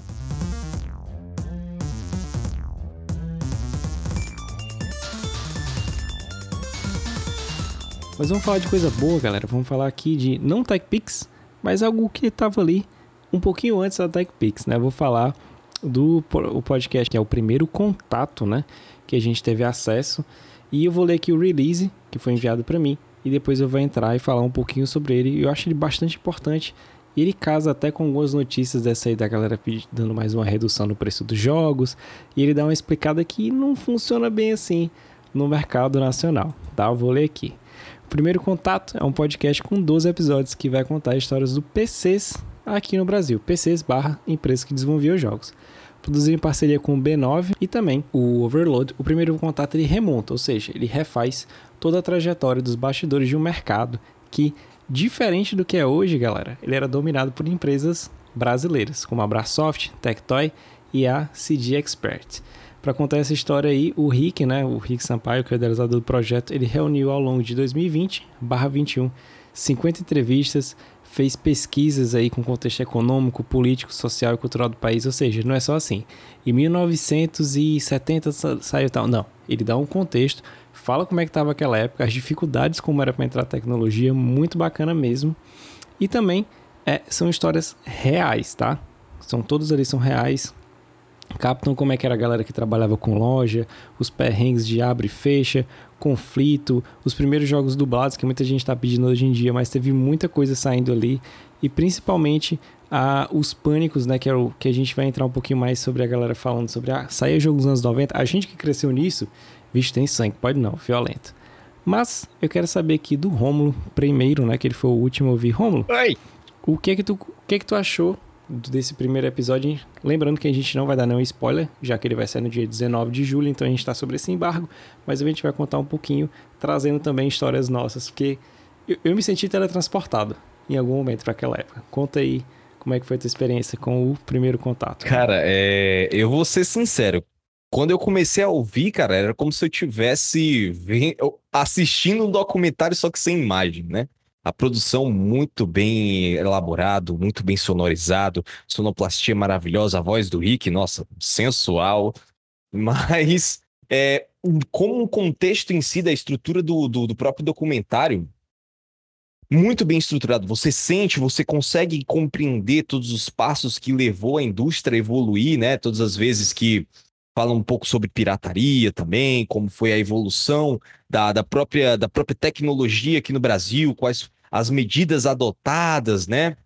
Mas vamos falar de coisa boa, galera. Vamos falar aqui de, não TechPix, mas algo que estava ali um pouquinho antes da TechPix, né? Vou falar do o podcast, que é o primeiro contato, né? Que a gente teve acesso. E eu vou ler aqui o release, que foi enviado para mim. E depois eu vou entrar e falar um pouquinho sobre ele. Eu acho ele bastante importante. E ele casa até com algumas notícias dessa aí da galera dando mais uma redução no preço dos jogos. E ele dá uma explicada que não funciona bem assim no mercado nacional, tá? Eu vou ler aqui. O Primeiro Contato é um podcast com doze episódios que vai contar histórias do P Cs aqui no Brasil. P Cs barra empresas que desenvolviam jogos. Produzido em parceria com o B nove e também o Overload. O Primeiro Contato ele remonta, ou seja, ele refaz toda a trajetória dos bastidores de um mercado que, diferente do que é hoje, galera, ele era dominado por empresas brasileiras, como a Brasoft, Tectoy e a C D Expert. Para contar essa história aí, o Rick, né, o Rick Sampaio, que é o idealizador do projeto, ele reuniu ao longo de dois mil e vinte barra vinte e um cinquenta entrevistas, fez pesquisas aí com contexto econômico, político, social e cultural do país, ou seja, não é só assim, em mil novecentos e setenta saiu tal, não, ele dá um contexto, fala como é que estava aquela época, as dificuldades como era para entrar a tecnologia, muito bacana mesmo, e também é, são histórias reais, tá? São todos ali, são reais, captam como é que era a galera que trabalhava com loja, os perrengues de abre e fecha, conflito, os primeiros jogos dublados que muita gente está pedindo hoje em dia, mas teve muita coisa saindo ali, e principalmente a, os pânicos, né, que, é o, que a gente vai entrar um pouquinho mais sobre a galera falando sobre, ah, saía jogo dos anos noventa, a gente que cresceu nisso, vixe, tem sangue, pode não, violento. Mas eu quero saber aqui do Rômulo, primeiro, né, que ele foi o último a ouvir. Rômulo, Oi. o que é que tu, o que é que tu achou desse primeiro episódio? Lembrando que a gente não vai dar nenhum spoiler, já que ele vai ser no dia dezenove de julho, então a gente está sobre esse embargo, mas a gente vai contar um pouquinho, trazendo também histórias nossas, porque eu, eu me senti teletransportado em algum momento para aquela época. Conta aí como é que foi a tua experiência com o Primeiro Contato. Cara, é... eu vou ser sincero. Quando eu comecei a ouvir, cara, era como se eu tivesse vendo... assistindo um documentário, só que sem imagem, né? A produção muito bem elaborado, muito bem sonorizado, sonoplastia maravilhosa, a voz do Rick, nossa, sensual. Mas é, como um contexto em si da estrutura do, do, do próprio documentário, muito bem estruturado. Você sente, você consegue compreender todos os passos que levou a indústria a evoluir, né? Todas as vezes que fala um pouco sobre pirataria também, como foi a evolução da, da, própria, da própria tecnologia aqui no Brasil, quais as medidas adotadas, né?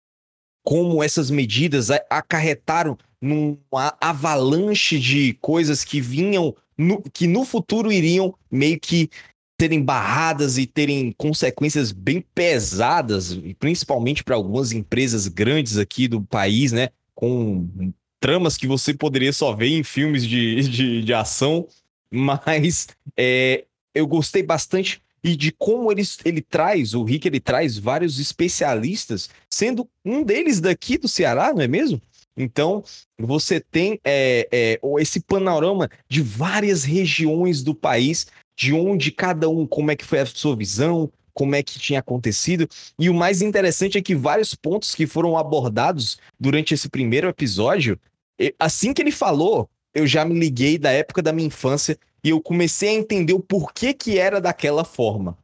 Como essas medidas acarretaram numa avalanche de coisas que vinham, no, que no futuro iriam meio que serem barradas e terem consequências bem pesadas, principalmente para algumas empresas grandes aqui do país, né? Com tramas que você poderia só ver em filmes de, de, de ação, mas é, eu gostei bastante e de como ele, ele traz, o Rick ele traz vários especialistas, sendo um deles daqui do Ceará, não é mesmo? Então, você tem é, é, esse panorama de várias regiões do país, de onde cada um, como é que foi a sua visão, como é que tinha acontecido. E o mais interessante é que vários pontos que foram abordados durante esse primeiro episódio, assim que ele falou, eu já me liguei da época da minha infância e eu comecei a entender o porquê que era daquela forma.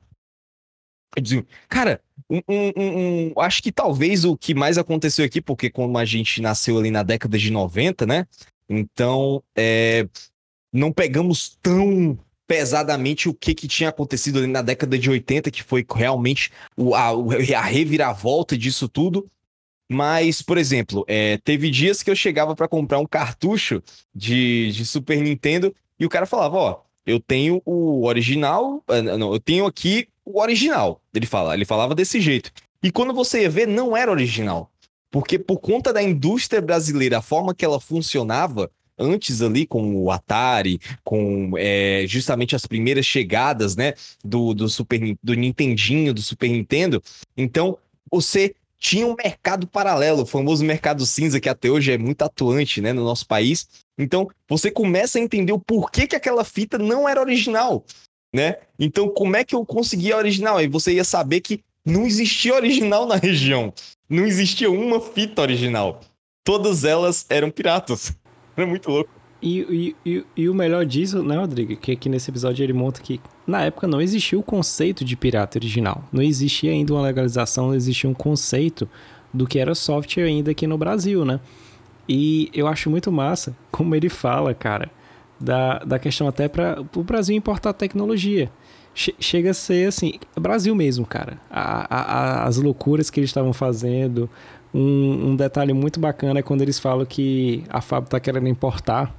Eu dizia, cara, um, um, um, um, acho que talvez o que mais aconteceu aqui, porque como a gente nasceu ali na década de noventa, né? Então, é, não pegamos tão pesadamente o que, que tinha acontecido ali na década de oitenta, que foi realmente o, a, a reviravolta disso tudo. Mas, por exemplo, é, teve dias que eu chegava para comprar um cartucho de, de Super Nintendo e o cara falava, ó, eu tenho o original, não, eu tenho aqui o original. Ele fala, ele falava desse jeito. E quando você ia ver, não era original. Porque por conta da indústria brasileira, a forma que ela funcionava antes ali com o Atari, com é, justamente as primeiras chegadas, né, do, do, Super, do Nintendinho, do Super Nintendo, então você tinha um mercado paralelo, o famoso mercado cinza, que até hoje é muito atuante, né, no nosso país. Então você começa a entender o porquê que aquela fita não era original, né? Então como é que eu conseguia a original? Aí você ia saber que não existia original na região, não existia uma fita original, todas elas eram piratas. É muito louco. E, e, e, e o melhor disso, né, Rodrigo, que aqui nesse episódio ele monta que na época não existia o conceito de pirata original. Não existia ainda uma legalização, não existia um conceito do que era software ainda aqui no Brasil, né? E eu acho muito massa como ele fala, cara, da, da questão até para o Brasil importar tecnologia. Che- chega a ser assim, Brasil mesmo, cara. A, a, a, as loucuras que eles estavam fazendo. Um, um detalhe muito bacana é quando eles falam que a Fábio está querendo importar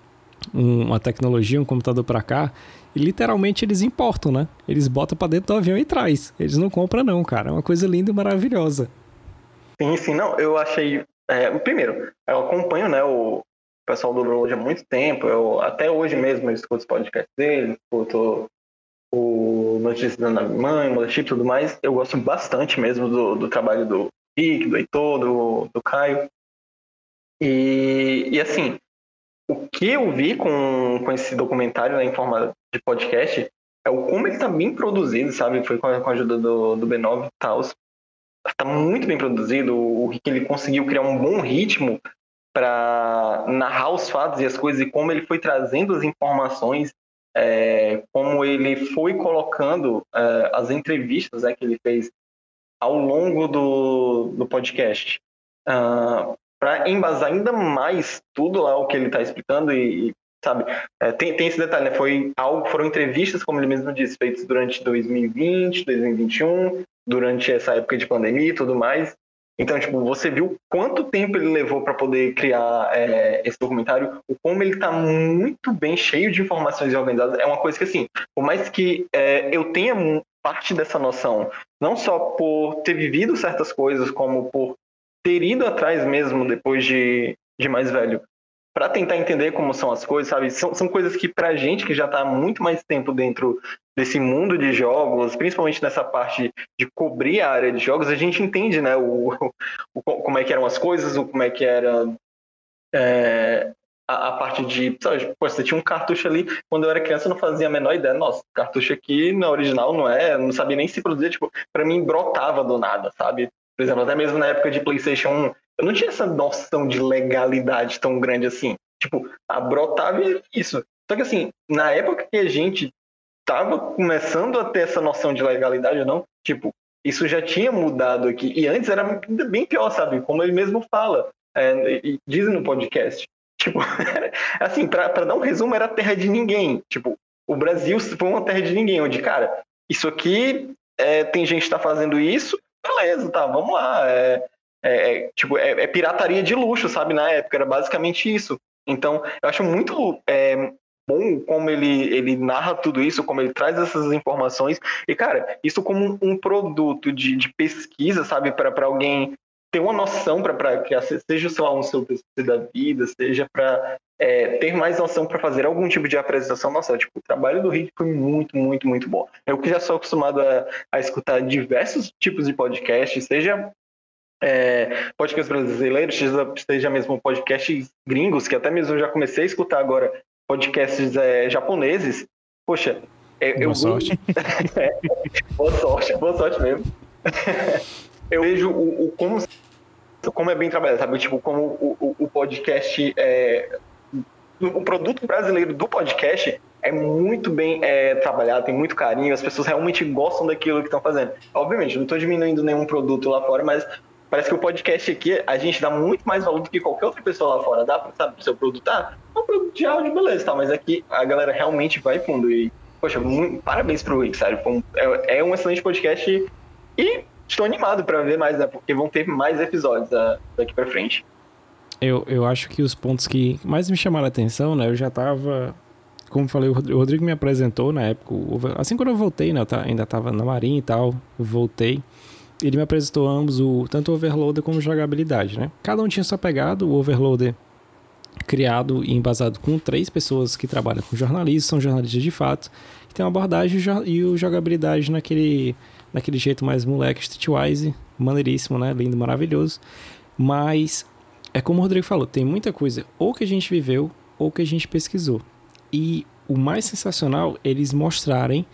um, uma tecnologia, um computador para cá, e literalmente eles importam, né? Eles botam para dentro do avião e traz. Eles não compram não, cara. É uma coisa linda e maravilhosa. Sim, sim, não, eu achei... É, primeiro, eu acompanho, né, o pessoal do Overload há muito tempo, eu, até hoje mesmo eu escuto os podcasts deles, escuto o Notícias da Mãe, o Mothership e tudo mais. Eu gosto bastante mesmo do, do trabalho do Rick, do Heitor, do, do Caio. E, e assim, o que eu vi com, com esse documentário, né, em forma de podcast é o como ele tá bem produzido, sabe? Foi com a, com a ajuda do, do B nove e tal. Tá muito bem produzido. O Rick, ele conseguiu criar um bom ritmo para narrar os fatos e as coisas e como ele foi trazendo as informações, é, como ele foi colocando é, as entrevistas, né, que ele fez ao longo do, do podcast, uh, para embasar ainda mais tudo lá o que ele está explicando e, e sabe, é, tem, tem esse detalhe, né? Foi algo, foram entrevistas, como ele mesmo disse, feitas durante dois mil e vinte, dois mil e vinte e um, durante essa época de pandemia e tudo mais. Então, tipo, você viu quanto tempo ele levou para poder criar é, esse documentário, o como ele está muito bem cheio de informações e organizadas. É uma coisa que, assim, por mais que é, eu tenha parte dessa noção, não só por ter vivido certas coisas, como por ter ido atrás mesmo depois de, de mais velho, para tentar entender como são as coisas, sabe? São, são coisas que pra gente que já tá há muito mais tempo dentro desse mundo de jogos, principalmente nessa parte de cobrir a área de jogos, a gente entende, né, o, o como é que eram as coisas, o como é que era é, a, a parte de, sabe, pô, você tinha um cartucho ali, quando eu era criança eu não fazia a menor ideia, nossa, cartucho aqui no original não é, não sabia nem se produzir, tipo, pra mim brotava do nada, sabe? Por exemplo, até mesmo na época de PlayStation um, eu não tinha essa noção de legalidade tão grande assim, tipo, a brotava e isso. Só que assim, na época que a gente tava começando a ter essa noção de legalidade ou não, tipo, isso já tinha mudado aqui, e antes era bem pior, sabe? Como ele mesmo fala, é, e diz no podcast. Tipo, assim, pra, pra dar um resumo, era terra de ninguém. Tipo, o Brasil foi uma terra de ninguém, onde, cara, isso aqui, é, tem gente que tá fazendo isso, beleza, tá, vamos lá. É, é, tipo, é, é pirataria de luxo, sabe? Na época, era basicamente isso. Então, eu acho muito é, bom como ele, ele narra tudo isso, como ele traz essas informações. E, cara, isso como um produto de, de pesquisa, sabe? Para alguém ter uma noção para que seja, sei lá, um seu T C C da vida, seja para é, ter mais noção para fazer algum tipo de apresentação. Nossa, tipo, o trabalho do Rick foi muito, muito, muito bom. Eu que já sou acostumado a, a escutar diversos tipos de podcasts, seja é, podcasts brasileiros, seja, seja mesmo podcasts gringos, que até mesmo eu já comecei a escutar agora podcasts é, japoneses. Poxa, é, boa eu sorte. é, boa sorte, boa sorte mesmo. Eu vejo o, o como, como é bem trabalhado, sabe? Tipo, como o, o, o podcast, é, o produto brasileiro do podcast é muito bem é, trabalhado, tem muito carinho, as pessoas realmente gostam daquilo que estão fazendo. Obviamente, não estou diminuindo nenhum produto lá fora, mas parece que o podcast aqui, a gente dá muito mais valor do que qualquer outra pessoa lá fora. Dá pra, sabe, o seu produto, ah, é um produto de áudio, beleza, tá, mas aqui a galera realmente vai fundo. E, poxa, muito, parabéns pro Rick, sério. É, é um excelente podcast e estou animado para ver mais, né? Porque vão ter mais episódios uh, daqui para frente. Eu, eu acho que os pontos que mais me chamaram a atenção, né? Eu já tava... Como falei, o Rodrigo me apresentou na época... Assim, quando eu voltei, né? Eu ainda tava na Marinha e tal. Eu voltei. Ele me apresentou ambos, o, tanto o Overloader como jogabilidade, né? Cada um tinha sua pegada. O Overloader criado e embasado com três pessoas que trabalham com jornalismo, são jornalistas de fato, que tem uma abordagem e o jogabilidade naquele... daquele jeito mais moleque, streetwise, maneiríssimo, né? Lindo, maravilhoso. Mas, é como o Rodrigo falou, tem muita coisa ou que a gente viveu ou que a gente pesquisou. E o mais sensacional, eles mostrarem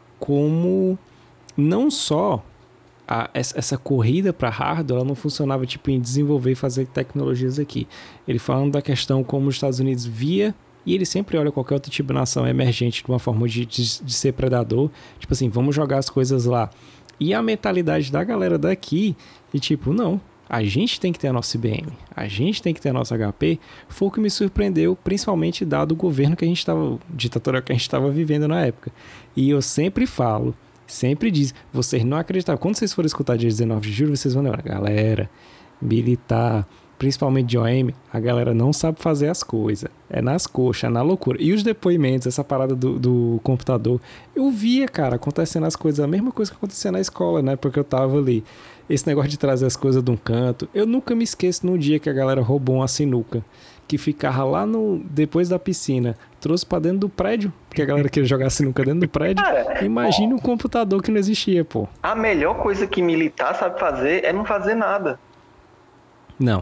como não só a, essa corrida para hardware, ela não funcionava tipo em desenvolver e fazer tecnologias aqui. Ele falando da questão como os Estados Unidos via, e ele sempre olha qualquer outro tipo de nação emergente de uma forma de, de, de ser predador. Tipo assim, vamos jogar as coisas lá. E a mentalidade da galera daqui, e tipo, não, a gente tem que ter a nossa I B M, a gente tem que ter a nossa H P, foi o que me surpreendeu, principalmente dado o governo que a gente estava, ditatorial que a gente estava vivendo na época. E eu sempre falo, sempre diz, vocês não acreditavam, quando vocês forem escutar dia dezenove de julho, vocês vão lembrar, galera, militar, principalmente de O M, a galera não sabe fazer as coisas. É nas coxas, é na loucura. E os depoimentos, essa parada do, do computador, eu via, cara, acontecendo as coisas, a mesma coisa que acontecia na escola, né? Porque eu tava ali. Esse negócio de trazer as coisas de um canto. Eu nunca me esqueço no dia que a galera roubou uma sinuca, que ficava lá no depois da piscina, trouxe pra dentro do prédio, porque a galera queria jogar sinuca dentro do prédio. Cara, imagina um computador que não existia, pô. A melhor coisa que militar sabe fazer é não fazer nada. Não.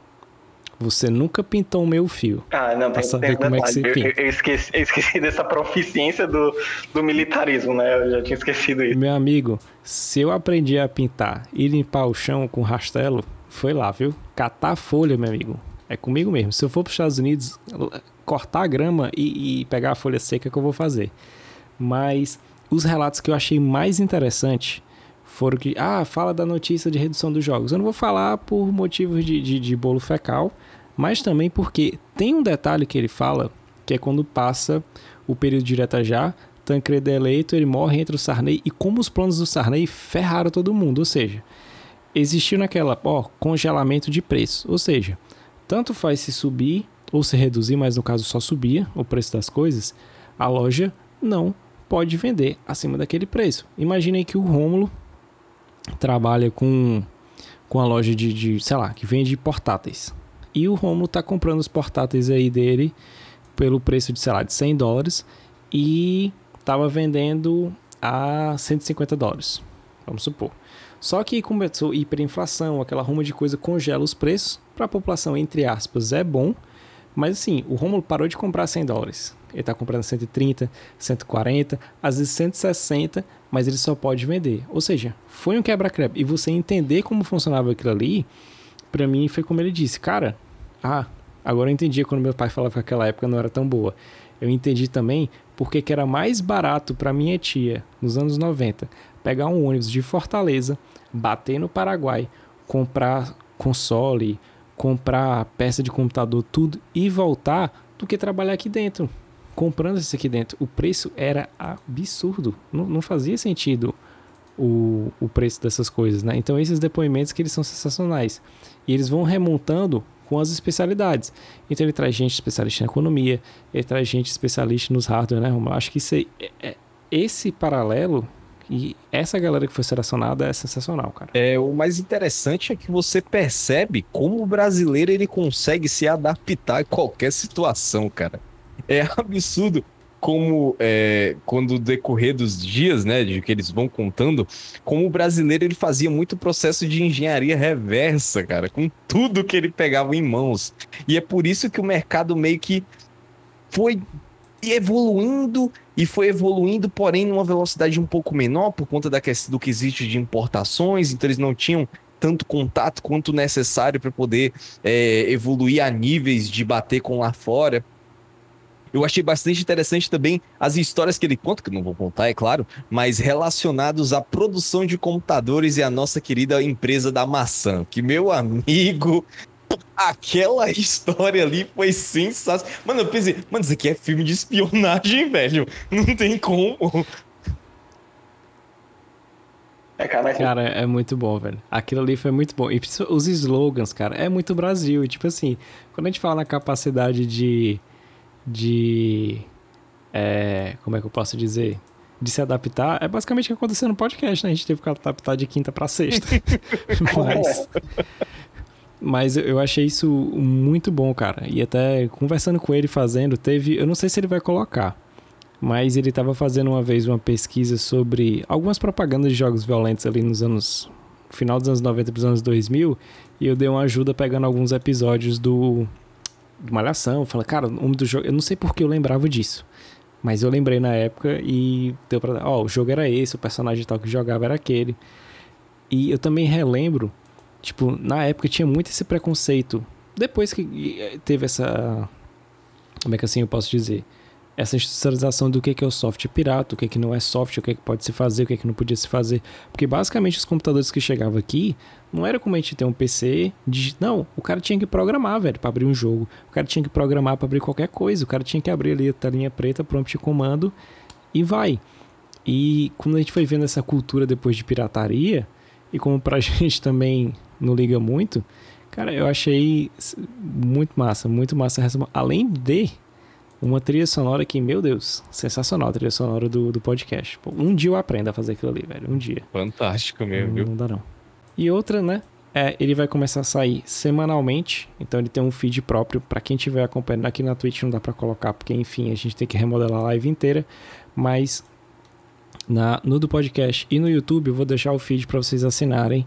Você nunca pintou o meu fio. Ah, não, pra tem, saber tem como detalhe. é que se pinta. Eu, eu, esqueci, eu esqueci dessa proficiência do, do militarismo, né? Eu já tinha esquecido isso. Meu amigo, se eu aprendi a pintar e limpar o chão com rastelo, foi lá, viu? Catar folha, meu amigo. É comigo mesmo. Se eu for para os Estados Unidos, cortar a grama e, e pegar a folha seca que eu vou fazer. Mas os relatos que eu achei mais interessante foram que, ah, fala da notícia de redução dos jogos. Eu não vou falar por motivos de, de, de bolo fecal, mas também porque tem um detalhe que ele fala, que é quando passa o período direta já, Tancredo é eleito, ele morre, entra o Sarney, e como os planos do Sarney ferraram todo mundo, ou seja, existiu naquela, ó, congelamento de preço, ou seja, tanto faz se subir ou se reduzir, mas no caso só subia o preço das coisas, a loja não pode vender acima daquele preço. Imaginem que o Rômulo trabalha com, com a loja de, de, sei lá, que vende portáteis. E o Rômulo tá comprando os portáteis aí dele pelo preço de, sei lá, de cem dólares e tava vendendo a cento e cinquenta dólares, vamos supor. Só que começou hiperinflação, aquela ruma de coisa congela os preços. Para a população, entre aspas, é bom, Mas assim, o Rômulo parou de comprar cem dólares. Ele tá comprando cento e trinta, cento e quarenta, às vezes cento e sessenta, mas ele só pode vender. Ou seja, foi um quebra-quebra. E você entender como funcionava aquilo ali, pra mim foi como ele disse, cara, ah, agora eu entendi quando meu pai falava que aquela época não era tão boa. Eu entendi também porque que era mais barato pra minha tia, nos anos noventa, pegar um ônibus de Fortaleza, bater no Paraguai, comprar console, comprar peça de computador, tudo, e voltar, do que trabalhar aqui dentro. Comprando isso aqui dentro. O preço era absurdo. Não, não fazia sentido o, o preço dessas coisas, né? Então, esses depoimentos que eles são sensacionais. E eles vão remontando com as especialidades. Então, ele traz gente especialista em economia, ele traz gente especialista nos hardware, né? Eu acho que isso aí, é, é, esse paralelo e essa galera que foi selecionada é sensacional, cara. É, o mais interessante é que você percebe como o brasileiro ele consegue se adaptar a qualquer situação, cara. É absurdo como, é, quando decorrer dos dias, né, de que eles vão contando, como o brasileiro ele fazia muito processo de engenharia reversa, cara, com tudo que ele pegava em mãos. E é por isso que o mercado meio que foi evoluindo e foi evoluindo, porém numa velocidade um pouco menor por conta da questão do quesito de importações, então eles não tinham tanto contato quanto necessário para poder é, evoluir a níveis de bater com lá fora. Eu achei bastante interessante também as histórias que ele conta, que eu não vou contar, é claro, mas relacionados à produção de computadores e a nossa querida empresa da maçã, que, meu amigo, aquela história ali foi sensacional. Mano, eu pensei, mano, isso aqui é filme de espionagem, velho. Não tem como. É, cara, mas... Cara, é muito bom, velho. Aquilo ali foi muito bom. E os slogans, cara, é muito Brasil. E, tipo assim, quando a gente fala na capacidade de... de é, como é que eu posso dizer? De se adaptar, é basicamente o que aconteceu no podcast, né? A gente teve que adaptar de quinta pra sexta. Mas... Mas eu achei isso muito bom, cara. E até conversando com ele, fazendo, teve... Eu não sei se ele vai colocar, mas ele tava fazendo uma vez uma pesquisa sobre algumas propagandas de jogos violentos ali nos anos... Final dos anos noventa para os anos dois mil. E eu dei uma ajuda pegando alguns episódios do... do Malhação. Falei, cara, o nome do jogo... Eu não sei porque eu lembrava disso. Mas eu lembrei na época e deu pra... Ó, oh, o jogo era esse, o personagem tal que jogava era aquele. E eu também relembro... Tipo, na época tinha muito esse preconceito. Depois que teve essa... Como é que assim eu posso dizer? Essa institucionalização do que é o software pirata, o que, é que não é software, o que, é que pode se fazer, o que, é que não podia se fazer. Porque basicamente os computadores que chegavam aqui, não era como a gente ter um P C... De... Não, o cara tinha que programar, velho, pra abrir um jogo. O cara tinha que programar pra abrir qualquer coisa. O cara tinha que abrir ali a telinha preta, prompt de comando e vai. E quando a gente foi vendo essa cultura depois de pirataria, e como pra gente também... não liga muito, cara, eu achei muito massa, muito massa. Além de uma trilha sonora que, meu Deus, sensacional a trilha sonora do, do podcast. Pô, um dia eu aprendo a fazer aquilo ali, velho, um dia. Fantástico mesmo, não, viu? Não dá não. E outra, né, é, ele vai começar a sair semanalmente, então ele tem um feed próprio. Pra quem estiver acompanhando aqui na Twitch não dá pra colocar, porque enfim, a gente tem que remodelar a live inteira, mas na, no do podcast e no YouTube eu vou deixar o feed pra vocês assinarem.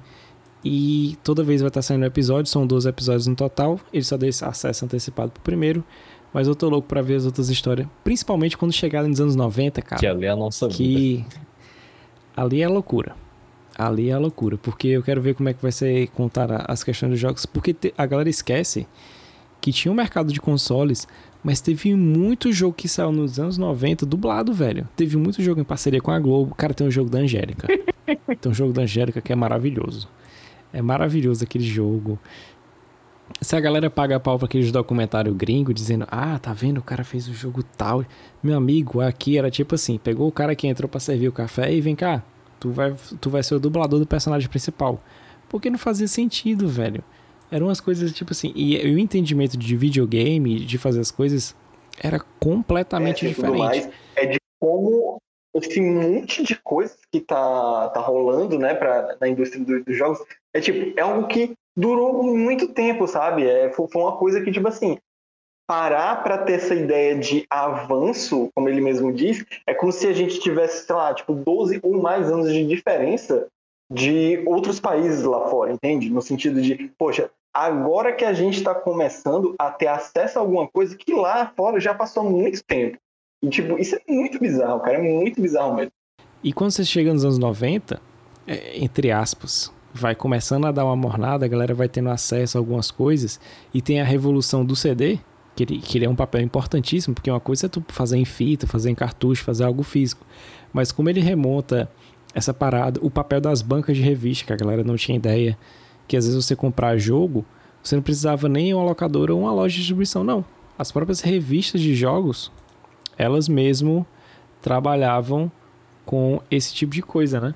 E toda vez vai estar saindo um episódio, são doze episódios no total. Ele só dá acesso antecipado pro primeiro. Mas eu tô louco pra ver as outras histórias. Principalmente quando chegar nos anos noventa, cara. Que ali é a nossa que... vida. Ali é loucura. Ali é loucura. Porque eu quero ver como é que vai ser contar as questões dos jogos. Porque a galera esquece que tinha um mercado de consoles, mas teve muito jogo que saiu nos anos noventa dublado, velho. Teve muito jogo em parceria com a Globo. Cara, tem um jogo da Angélica. Tem um jogo da Angélica que é maravilhoso. É maravilhoso aquele jogo. Se a galera paga pau pra aqueles documentários gringo dizendo, ah, tá vendo, o cara fez o jogo tal. Meu amigo, aqui era tipo assim, pegou o cara que entrou pra servir o café e vem cá, tu vai, tu vai ser o dublador do personagem principal. Porque não fazia sentido, velho. Eram umas coisas tipo assim, e, e o entendimento de videogame, de fazer as coisas, era completamente é, diferente. Mais, é de como esse monte de coisas que tá, tá rolando, né, pra, na indústria do, dos jogos, é tipo, é algo que durou muito tempo, sabe? É, foi, foi uma coisa que, tipo assim, parar pra ter essa ideia de avanço, como ele mesmo diz, é como se a gente tivesse, sei lá, tipo, doze ou mais anos de diferença de outros países lá fora, entende? No sentido de, poxa, agora que a gente está começando a ter acesso a alguma coisa que lá fora já passou muito tempo. E, tipo, isso é muito bizarro, cara. É muito bizarro mesmo. E quando você chega nos anos noventa, é, entre aspas, vai começando a dar uma mornada, a galera vai tendo acesso a algumas coisas, e tem a revolução do C D, que ele, que ele é um papel importantíssimo, porque uma coisa é tu fazer em fita, fazer em cartucho, fazer algo físico. Mas como ele remonta essa parada, o papel das bancas de revista, que a galera não tinha ideia, que às vezes você comprar jogo, você não precisava nem uma locadora ou uma loja de distribuição, não. As próprias revistas de jogos, elas mesmo trabalhavam com esse tipo de coisa, né?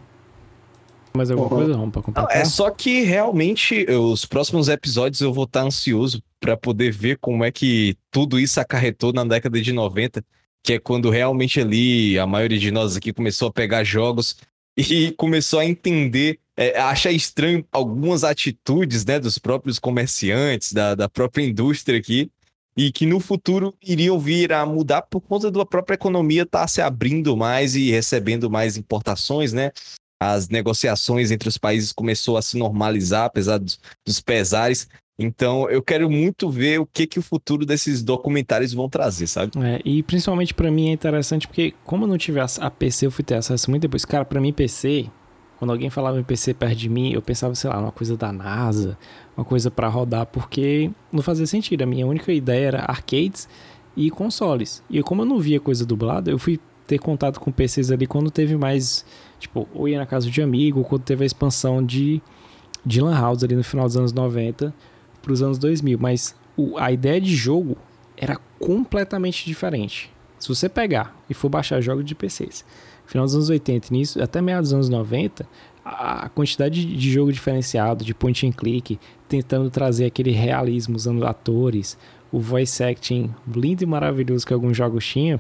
Mais alguma Uhum. coisa, vamos pra completar? Não, é só que realmente os próximos episódios eu vou estar ansioso para poder ver como é que tudo isso acarretou na década de noventa, que é quando realmente ali a maioria de nós aqui começou a pegar jogos e começou a entender, é, a achar estranho algumas atitudes, né, dos próprios comerciantes, da, da própria indústria aqui, e que no futuro iriam vir a mudar por conta da própria economia estar se abrindo mais e recebendo mais importações, né? As negociações entre os países começou a se normalizar, apesar dos, dos pesares. Então, eu quero muito ver o que, que o futuro desses documentários vão trazer, sabe? É, e principalmente pra mim é interessante porque, como eu não tive a, a P C, eu fui ter acesso muito depois. Cara, pra mim P C, quando alguém falava em P C perto de mim, eu pensava, sei lá, uma coisa da NASA, uma coisa pra rodar, porque não fazia sentido. A minha única ideia era arcades e consoles. E como eu não via coisa dublada, eu fui ter contato com P Cs ali quando teve mais, tipo, ou ia na casa de amigo, ou quando teve a expansão de, de Lan House ali no final dos anos noventa para os anos dois mil. Mas o, a ideia de jogo era completamente diferente. Se você pegar e for baixar jogos de P Cs, final dos anos oitenta, início, até meados dos anos noventa, a quantidade de jogo diferenciado, de point and click, tentando trazer aquele realismo usando atores, o voice acting lindo e maravilhoso que alguns jogos tinham,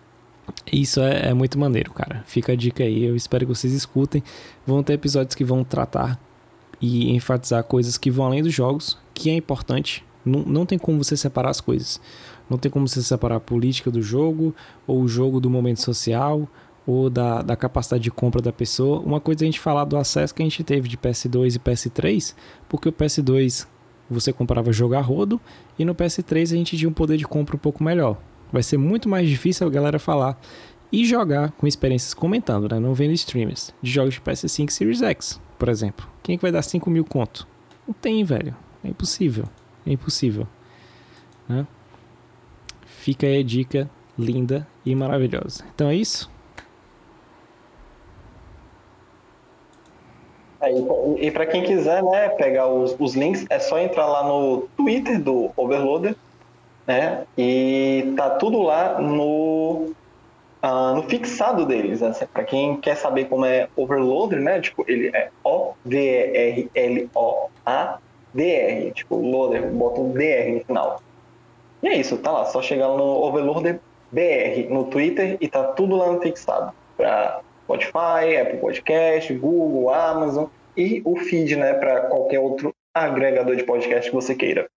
isso é, é muito maneiro, cara. Fica a dica aí, eu espero que vocês escutem. Vão ter episódios que vão tratar e enfatizar coisas que vão além dos jogos, que é importante. Não, não tem como você separar as coisas. Não tem como você separar a política do jogo, ou o jogo do momento social, ou da, da capacidade de compra da pessoa. Uma coisa é a gente falar do acesso que a gente teve de P S dois e P S três, porque o P S dois você comprava jogo a rodo, e no P S três a gente tinha um poder de compra um pouco melhor. Vai ser muito mais difícil a galera falar e jogar com experiências comentando, né? Não vendo streamers de jogos de P S cinco e Series X, por exemplo. Quem é que vai dar cinco mil conto? Não tem, velho. É impossível. É impossível. Né? Fica aí a dica linda e maravilhosa. Então é isso. É, e e para quem quiser, né, pegar os, os links, é só entrar lá no Twitter do Overloader, né? E tá tudo lá no, uh, no fixado deles. Né? Para quem quer saber como é Overloader, né? Tipo, ele é O V E R L O A D R. Tipo, loader, bota um D R no final. E é isso, tá lá. Só chegar no Overloader B R no Twitter e tá tudo lá no fixado. Pra Spotify, Apple Podcast, Google, Amazon e o feed, né? Para qualquer outro agregador de podcast que você queira.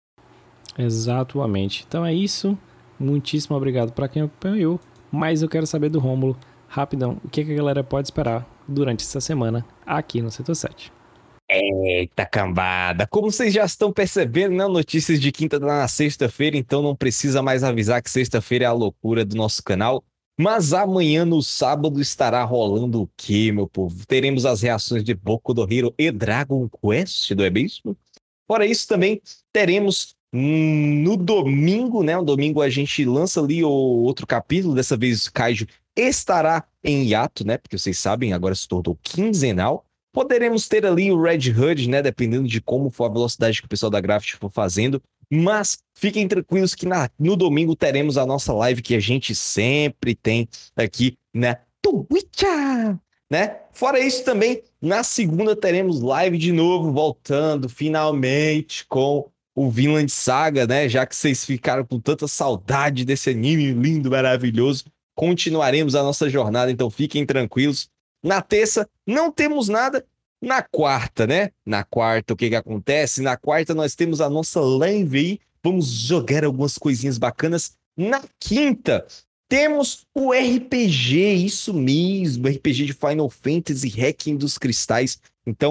Exatamente. Então é isso. Muitíssimo obrigado para quem acompanhou. Mas eu quero saber do Rômulo, rapidão, o que, que a galera pode esperar durante essa semana aqui no Setor sete. Eita cambada, como vocês já estão percebendo, né? Notícias de quinta na sexta-feira, então não precisa mais avisar que sexta-feira é a loucura do nosso canal. Mas amanhã, no sábado, estará rolando o quê, meu povo? Teremos as reações de Boku no Hero e Dragon Quest, não é mesmo? Fora isso, também teremos hum, no domingo, né? No domingo a gente lança ali o outro capítulo, dessa vez o Kaiju estará em hiato, né? Porque vocês sabem, agora se tornou quinzenal. Poderemos ter ali o Red Hood, né? Dependendo de como for a velocidade que o pessoal da Graft for fazendo. Mas fiquem tranquilos que na, no domingo teremos a nossa live que a gente sempre tem aqui na Twitch, né? Fora isso também, na segunda teremos live de novo, voltando finalmente com o Vinland Saga, né? Já que vocês ficaram com tanta saudade desse anime lindo, maravilhoso, continuaremos a nossa jornada, então fiquem tranquilos. Na terça, não temos nada. Na quarta, né? Na quarta, o que que acontece? Na quarta, nós temos a nossa live aí. Vamos jogar algumas coisinhas bacanas. Na quinta, temos o R P G, isso mesmo. R P G de Final Fantasy, Hacking dos Cristais. Então,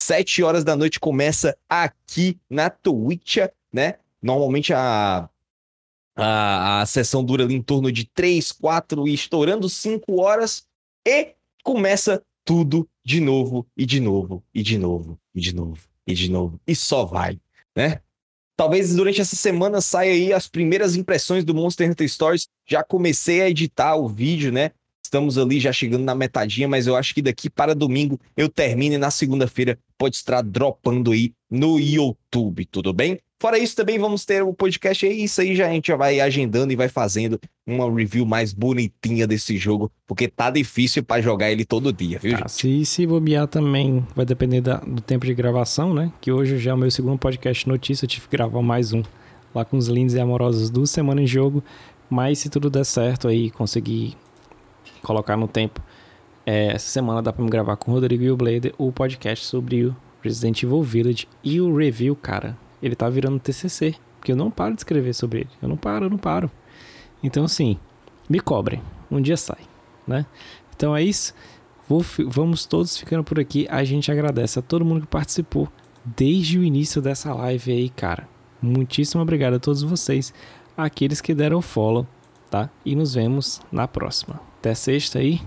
sete horas da noite começa aqui na Twitch, né? Normalmente a, a, a sessão dura ali em torno de três, quatro e estourando cinco horas e começa tudo de novo, e de novo, e de novo, e de novo, e de novo, e só vai, né? Talvez durante essa semana saia aí as primeiras impressões do Monster Hunter Stories. Já comecei a editar o vídeo, né? Estamos ali já chegando na metadinha, mas eu acho que daqui para domingo eu termino e na segunda-feira pode estar dropando aí no YouTube, tudo bem? Fora isso, também vamos ter o podcast aí, isso aí já a gente já vai agendando e vai fazendo uma review mais bonitinha desse jogo, porque tá difícil pra jogar ele todo dia, viu, tá, gente? Se, se bobear também vai depender da, do tempo de gravação, né? Que hoje já é o meu segundo podcast notícia, eu tive que gravar mais um lá com os lindos e amorosos do Semana em Jogo, mas se tudo der certo aí, conseguir colocar no tempo, é, essa semana dá pra me gravar com o Rodrigo e o Blader o podcast sobre o Resident Evil Village e o review, cara. Ele tá virando T C C, porque eu não paro de escrever sobre ele. Eu não paro, eu não paro. Então, assim, me cobrem. Um dia sai, né? Então é isso. Vou, vamos todos ficando por aqui. A gente agradece a todo mundo que participou desde o início dessa live aí, cara. Muitíssimo obrigado a todos vocês, aqueles que deram follow, tá? E nos vemos na próxima. Até sexta aí.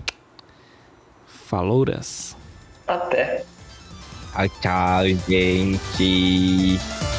Falouras. Até. Tchau, tchau, gente.